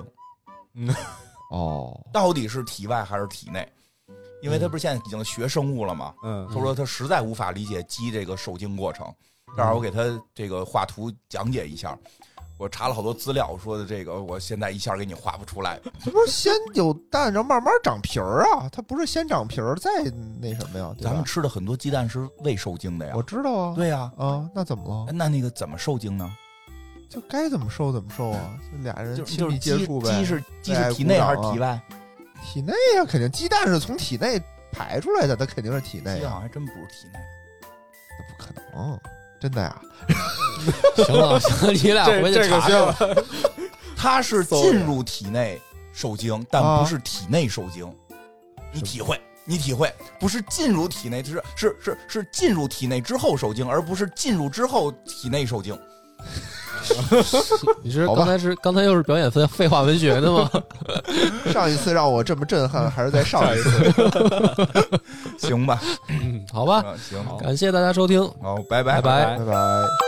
到底是体外还是体内？因为他不是现在已经学生物了吗？他说他实在无法理解鸡这个受精过程，让我给他这个画图讲解一下。我查了好多资料，说的这个我现在一下给你画不出来。 这不是先有蛋，然后慢慢长皮儿啊？它不是先长皮儿再那什么呀？ 咱们吃的很多鸡蛋是未受精的呀。 我知道啊。 对呀。 那怎么了？ 那个怎么受精呢？ 就该怎么受怎么受啊？就俩人亲密接触呗。 鸡是体内还是体外？ 体内呀，肯定鸡蛋是从体内排出来的，它肯定是体内。 鸡好像还真不是体内， 那不可能。 真的呀？ 行了，行了，你俩回去查查吧。 它是进入体内受精，但不是体内受精。你体会，不是进入体内，是进入体内之后受精，而不是进入之后体内受精。 你是刚才又是表演废话文学的吗？ 上一次让我这么震撼，还是在上一次。 行吧， 好吧， 行， 感谢大家收听， 好，拜拜， 拜拜， 拜拜。